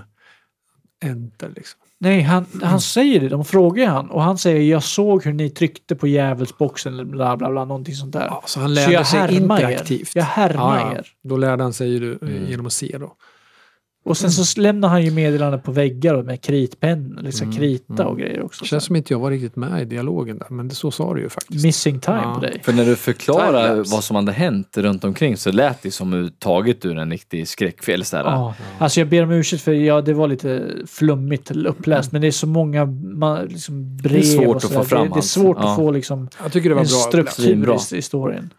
B: enter liksom.
D: Nej, han säger det. De frågar han. Och han säger, jag såg hur ni tryckte på djävulsboxen eller bla bla bla, någonting sånt där.
B: Ja, så han
D: Så
B: lärde
D: jag
B: sig
D: härmar er.
B: interaktivt.
D: Jag härmar er.
B: Då lärde han sig ju genom att se då.
D: Och sen så lämnar han ju meddelande på väggar med kritpenn, liksom krita och grejer också.
B: Det känns som inte jag var riktigt med i dialogen där, men så sa du ju faktiskt.
D: Missing time
B: Ja.
D: på dig.
C: För när du förklarar
E: Timelapse.
C: vad som hade hänt runt omkring så lät det som taget ur en riktig skräckfilm.
D: Ja. Alltså jag ber om ursäkt för det var lite flummigt uppläst, men det är så många liksom brev.
C: Det är svårt
D: och så
C: att få
D: där.
C: fram
D: Det är
C: allt.
D: svårt
C: Ja.
D: att få liksom
B: Jag tycker det var
D: en
B: bra uppläst.
D: struktur
C: Bra.
D: i historien.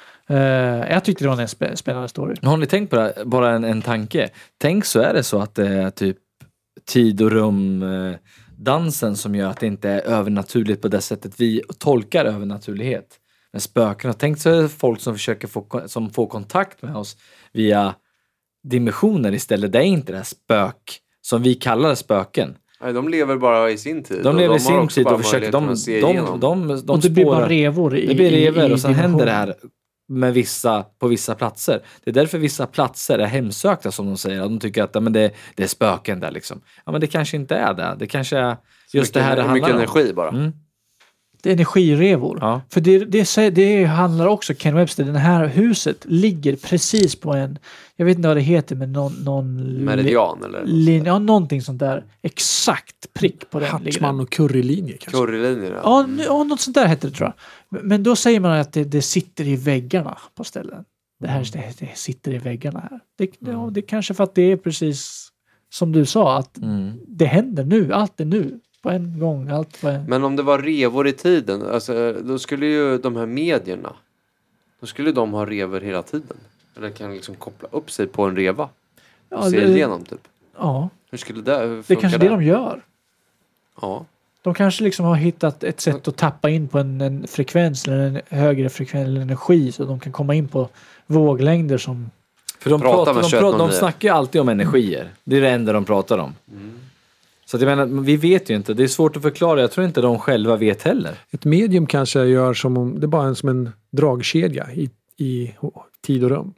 D: Jag tyckte det var en spännande story.
C: Har ni tänkt på det här? Bara en tanke. Tänk så är det så att det är typ tid och rum dansen som gör att det inte är övernaturligt på det sättet vi tolkar övernaturlighet. Med spöken. Tänk så är det folk som försöker som får kontakt med oss via dimensioner istället. Det är inte det här spök som vi kallar spöken.
E: Nej, de lever bara i sin tid.
C: De lever i
E: har
C: sin
E: också
C: tid
E: bara
C: och försöker
E: möjligheten att se igenom.
C: de
D: Och det blir bara
C: spårar.
D: revor i
C: Det blir revor och sen
D: dimensionen.
C: händer det här med på vissa platser. Det är därför vissa platser är hemsökta som de säger. De tycker att ja, men det är spöken där liksom. Ja, men det kanske inte är det. Det kanske är just det här det handlar
E: mycket
C: om.
E: energi bara.
C: Mm.
D: Det är energirevor.
C: Ja.
D: För det handlar också, Ken Webster, det här huset ligger precis på en, jag vet inte vad det heter, men någon
E: Meridian eller
D: ja, någonting sånt där. Exakt prick på den ligger
B: Hartman
D: den.
B: och currylinje kanske.
E: currylinjer.
D: Ja, något sånt där heter det tror jag. Men då säger man att det sitter i väggarna på ställen. Det sitter i väggarna här. Det kanske för att det är precis som du sa, att det händer nu, allt är nu. På en gång, allt på en...
E: Men om det var revor i tiden, alltså, då skulle ju de här medierna, då skulle de ha revor hela tiden. Eller kan liksom koppla upp sig på en reva. Och
D: Ja,
E: se
D: det-
E: igenom typ.
D: Ja,
E: Hur skulle det
D: det är
E: funka
D: kanske det de gör.
E: Ja.
D: De kanske liksom har hittat ett sätt att tappa in på en frekvens eller en högre frekvens eller energi så de kan komma in på våglängder som...
C: För de
E: Prata med kött
C: de snackar ju alltid om energier. Det är det enda de pratar om. Så att jag menar, vi vet ju inte. Det är svårt att förklara. Jag tror inte de själva vet heller.
B: Ett medium kanske gör som om, det är bara som en dragkedja i tid och rum.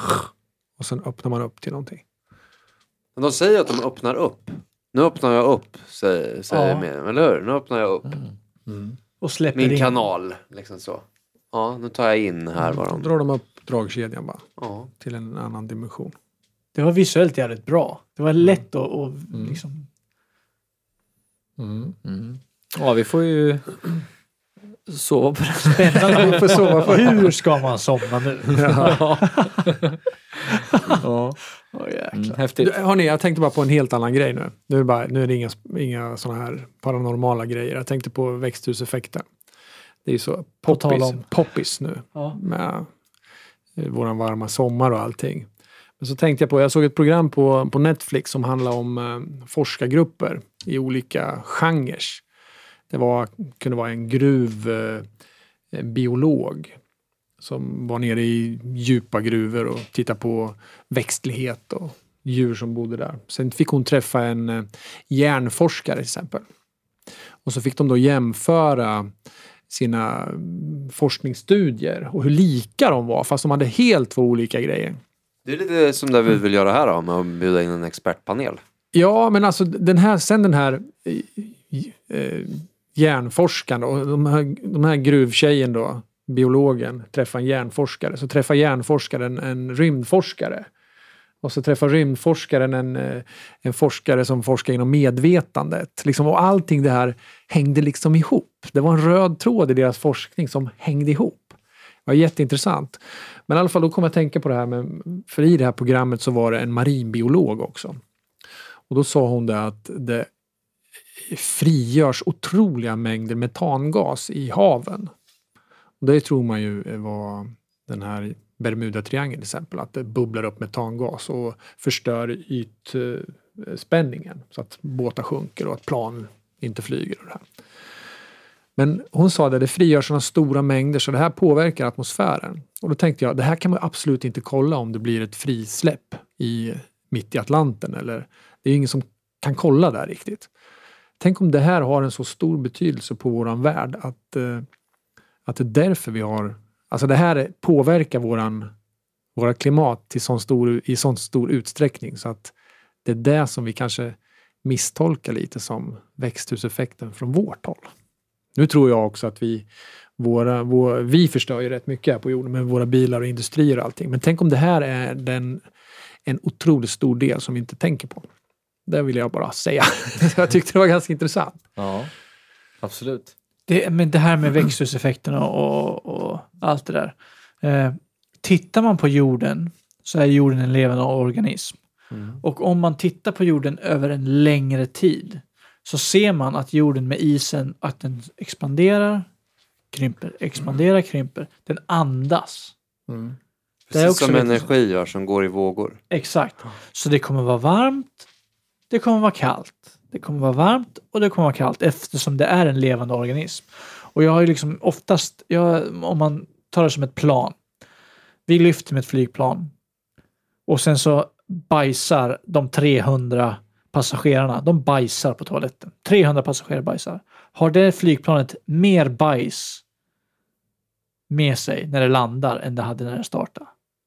B: Och sen öppnar man upp till någonting.
E: Men de säger att de öppnar upp. Nu öppnar jag upp, säger med, eller hur? Nu öppnar jag upp
D: Och släpper
E: min
D: in.
E: kanal. Liksom så. Ja, nu tar jag in här vad
B: Då
E: de...
B: drar de upp dragkedjan bara
E: Ja.
B: till en annan dimension.
D: Det var visuellt jävligt bra. Det var lätt att liksom...
C: Ja, vi får ju sova på det.
D: Spännande. Får sova på. Hur ska man somna nu?
C: Ja. Häftigt.
B: Hörrni, jag tänkte bara på en helt annan grej nu. Nu är det inga såna här paranormala grejer. Jag tänkte på växthuseffekten. Det är ju så
D: På tal om-
B: poppis nu.
D: Ja.
B: Med våran varma sommar och allting. Men så tänkte jag såg ett program på Netflix som handlar om forskargrupper i olika genrer. Det kunde vara en gruvbiolog som var nere i djupa gruvor och tittade på växtlighet och djur som bodde där. Sen fick hon träffa en järnforskare till exempel. Och så fick de då jämföra sina forskningsstudier och hur lika de var, fast de hade helt två olika grejer.
E: Det är lite som det vi vill göra här då, med att bjuda in en expertpanel. Den här hjärnforskaren och de här gruvtjejen då, biologen, träffar en hjärnforskare. Så träffar hjärnforskaren en rymdforskare. Och så träffar rymdforskaren en forskare som forskar inom medvetandet. Liksom, och allting det här hängde liksom ihop. Det var en röd tråd i deras forskning som hängde ihop. Det var jätteintressant. Men i alla fall då kom jag att tänka på det här med, för i det här programmet så var det en marinbiolog också. Och då sa hon det att det frigörs otroliga mängder metangas i haven. Och det tror man ju var den här Bermuda-triangeln till exempel, att det bubblar upp metangas och förstör ytspänningen så att båtar sjunker och att plan inte flyger och det här. Men hon sa att det frigörs sådana stora mängder så det här påverkar atmosfären. Och då tänkte jag, det här kan man absolut inte kolla om det blir ett frisläpp mitt i Atlanten. Eller, det är ingen som kan kolla där riktigt. Tänk om det här har en så stor betydelse på våran värld att det är därför vi har... Alltså det här påverkar våra klimat i sån stor utsträckning så att det är det som vi kanske misstolkar lite som växthuseffekten från vårt håll. Nu tror jag också att vi förstör ju rätt mycket här på jorden med våra bilar och industrier och allting. Men tänk om det här är en otroligt stor del som vi inte tänker på. Det vill jag bara säga. Jag tyckte det var ganska intressant.
C: Ja, absolut.
D: Men det här med växthuseffekten och allt det där. Tittar man på jorden så är jorden en levande organism. Och om man tittar på jorden över en längre tid så ser man att jorden med isen, att den expanderar, krymper. Den andas.
E: Det är också som energi gör som går i vågor.
D: Exakt. Så det kommer vara varmt, det kommer vara kallt. Det kommer vara varmt och det kommer vara kallt eftersom det är en levande organism. Och jag har ju liksom oftast, om man tar det som ett plan. Vi lyfter med ett flygplan. Och sen så bajsar de 300 passagerarna. De bajsar på toaletten. 300 passagerare bajsar. Har det flygplanet mer bajs med sig när det landar än det hade när det startade?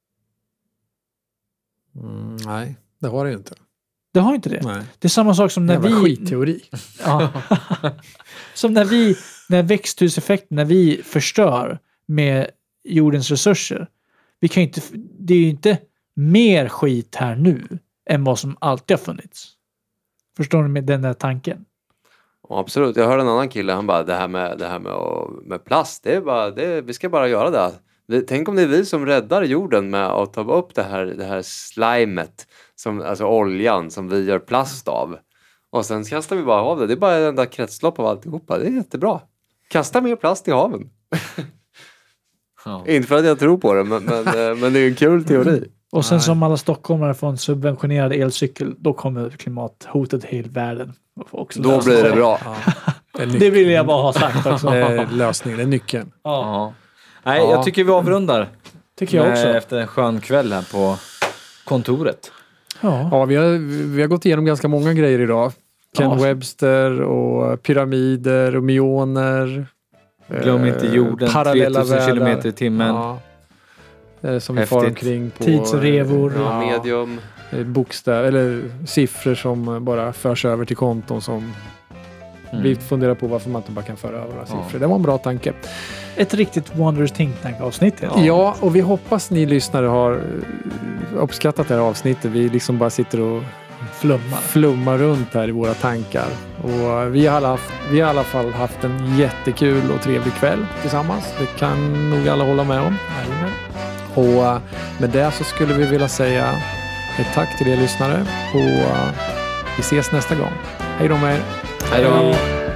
B: Nej, det har det ju inte.
D: Det har inte det.
B: Nej.
D: Det är samma sak som när vi...
B: skitteori.
D: Ja. Som när växthuseffekten, när vi förstör med jordens resurser. Vi kan inte, det är ju inte mer skit här nu än vad som alltid har funnits. Förstår ni med den där tanken?
E: Ja, absolut. Jag hörde en annan kille, han bara, det här med plast, det är bara, vi ska bara göra det. Tänk om det är vi som räddar jorden med att ta upp det här slimet, alltså oljan som vi gör plast av. Och sen kastar vi bara av det. Det är bara en enda kretslopp av alltihopa. Det är jättebra. Kasta mer plast i haven. Ja. Inte för att jag tror på det, men det är en kul teori.
D: Och sen som alla stockholmare får en subventionerad elcykel, då kommer klimathotet till hela världen.
E: Då blir det bra.
D: Ja. Det vill jag bara ha sagt också.
B: Lösningen, det är nyckeln.
C: Ja. Nej, jag tycker vi avrundar.
D: Tycker jag också.
C: Efter en skön kväll här på kontoret.
B: Ja, vi har gått igenom ganska många grejer idag. Ken Webster och pyramider och myoner.
C: Glöm inte jorden, 3000 kilometer i timmen.
B: Ja. Som vi far omkring på.
D: Tidsrevor.
E: Ja, medium.
B: Bokstäver, eller siffror som bara förs över till konton som vi funderar på varför man inte bara kan föra över några siffror. Det var en bra tanke.
D: Ett riktigt Wondrous Think Tank-avsnitt.
B: Ja, och vi hoppas ni lyssnare har uppskattat det här avsnittet. Vi liksom bara sitter och flummar runt här i våra tankar. Och vi har i alla fall haft en jättekul och trevlig kväll tillsammans. Det kan nog alla hålla med om.
D: Amen.
B: Och med det så skulle vi vilja säga ett tack till er lyssnare. Och vi ses nästa gång. Hej då med er.
C: Hej då.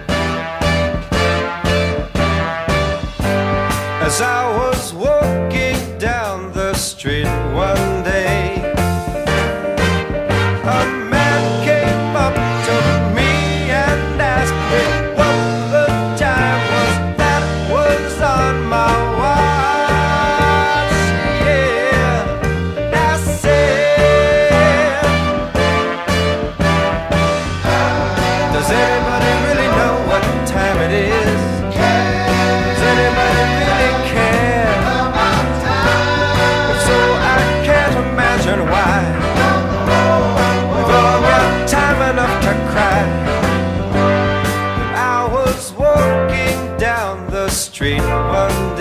A: As I was walking down the street one day, a man came up to me and asked me what the time was that was on my watch. Yeah, I said, does anybody really know street one